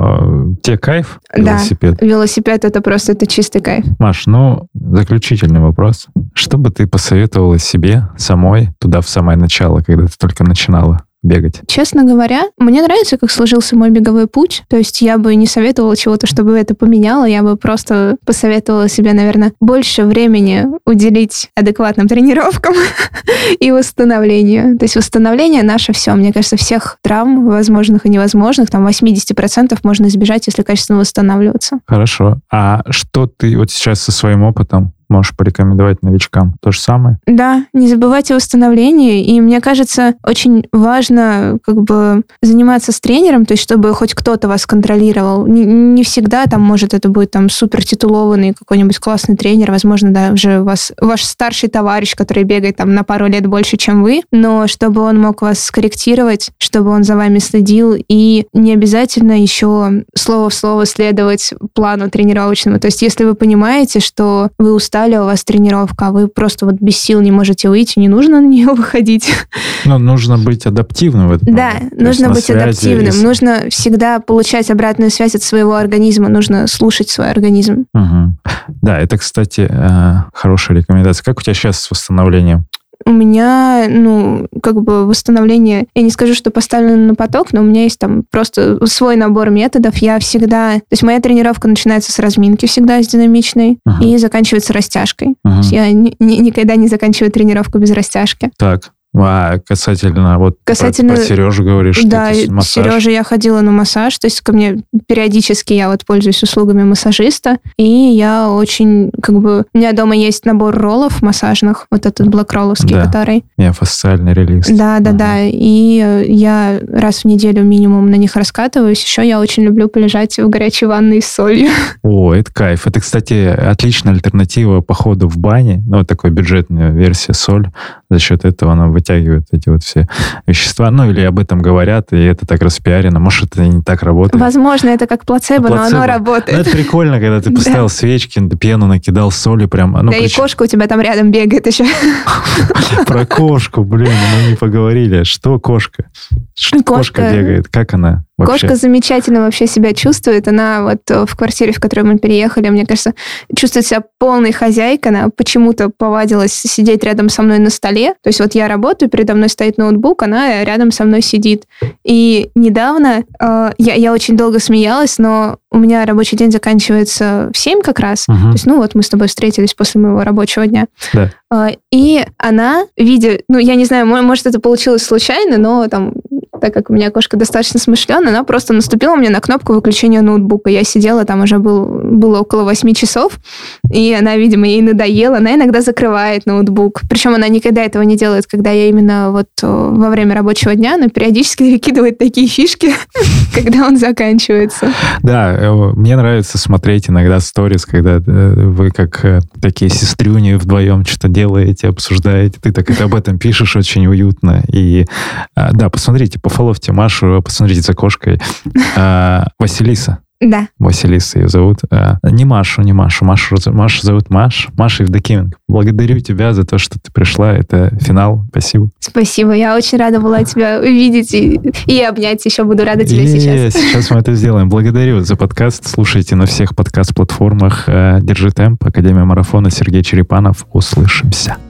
но тебе кайф велосипед? Да, велосипед это чистый кайф. Маш, заключительный вопрос. Что бы ты посоветовала себе самой туда в самое начало, когда ты только начинала бегать? Честно говоря, мне нравится, как сложился мой беговой путь. То есть я бы не советовала чего-то, чтобы это поменяло. Я бы просто посоветовала себе, наверное, больше времени уделить адекватным тренировкам и восстановлению. То есть восстановление наше все. Мне кажется, всех травм, возможных и невозможных, 80% можно избежать, если качественно восстанавливаться. Хорошо. А что ты вот сейчас со своим опытом можешь порекомендовать новичкам? То же самое? Да, не забывайте о восстановлении. И мне кажется, очень важно заниматься с тренером, то есть чтобы хоть кто-то вас контролировал. Не всегда может это будет супер титулованный какой-нибудь классный тренер, возможно, даже ваш старший товарищ, который бегает на пару лет больше, чем вы, но чтобы он мог вас скорректировать, чтобы он за вами следил, и не обязательно еще слово в слово следовать плану тренировочному. То есть если вы понимаете, что вы устали, у вас тренировка, а вы просто без сил не можете выйти, не нужно на нее выходить. Но нужно быть адаптивным в этом. Да, нужно быть адаптивным. Нужно всегда получать обратную связь от своего организма. Нужно слушать свой организм. Да, это, кстати, хорошая рекомендация. Как у тебя сейчас с восстановлением? У меня, восстановление, я не скажу, что поставлено на поток, но у меня есть просто свой набор методов. Я всегда... То есть моя тренировка начинается с разминки всегда, с динамичной, и заканчивается растяжкой. То есть я никогда не заканчиваю тренировку без растяжки. Так. А касательно про Сережу говоришь, да, что массаж. Сережа я ходила на массаж, то есть ко мне периодически я пользуюсь услугами массажиста, и я очень, у меня дома есть набор роллов массажных, вот этот блэк-ролловский, который... Миофасциальный релиз. Да, и я раз в неделю минимум на них раскатываюсь. Еще я очень люблю полежать в горячей ванной с солью. О, это кайф. Это, кстати, отличная альтернатива походу в бане, такой бюджетная версия соль. За счет этого она вытягивает эти все вещества. Или об этом говорят, и это так распиарено. Может, это не так работает. Возможно, это как плацебо, но оно работает. Это прикольно, когда ты поставил свечки, пену накидал, соли прям. И кошка у тебя там рядом бегает еще. Про кошку, мы не поговорили. Что кошка? Кошка бегает. Как она вообще? Кошка замечательно вообще себя чувствует. Она в квартире, в которую мы переехали, мне кажется, чувствует себя полной хозяйкой. Она почему-то повадилась сидеть рядом со мной на столе. То есть я работаю, передо мной стоит ноутбук, она рядом со мной сидит. И недавно я очень долго смеялась, но у меня рабочий день заканчивается в 7 как раз. То есть, мы с тобой встретились после моего рабочего дня. Да. И она, видя... я не знаю, может, это получилось случайно, но так как у меня кошка достаточно смышленая, она просто наступила мне на кнопку выключения ноутбука. Я сидела, там уже было около 8 часов, и она, видимо, ей надоела. Она иногда закрывает ноутбук. Причем она никогда этого не делает, когда я именно во время рабочего дня, но периодически выкидывает такие фишки, когда он заканчивается. Да, мне нравится смотреть иногда сторис, когда вы как такие сестрюни вдвоем что-то делаете, обсуждаете. Ты так об этом пишешь очень уютно. И да, посмотрите, пофоловьте Машу, посмотрите за кошкой. Василиса, Да. Василиса ее зовут. Не Машу. Машу зовут Маша Евдокименко. Благодарю тебя за то, что ты пришла. Это финал. Спасибо. Спасибо. Я очень рада была тебя увидеть и обнять. Еще буду рада тебя сейчас. Сейчас мы это сделаем. Благодарю за подкаст. Слушайте на всех подкаст-платформах. Держи темп. Академия марафона. Сергей Черепанов. Услышимся.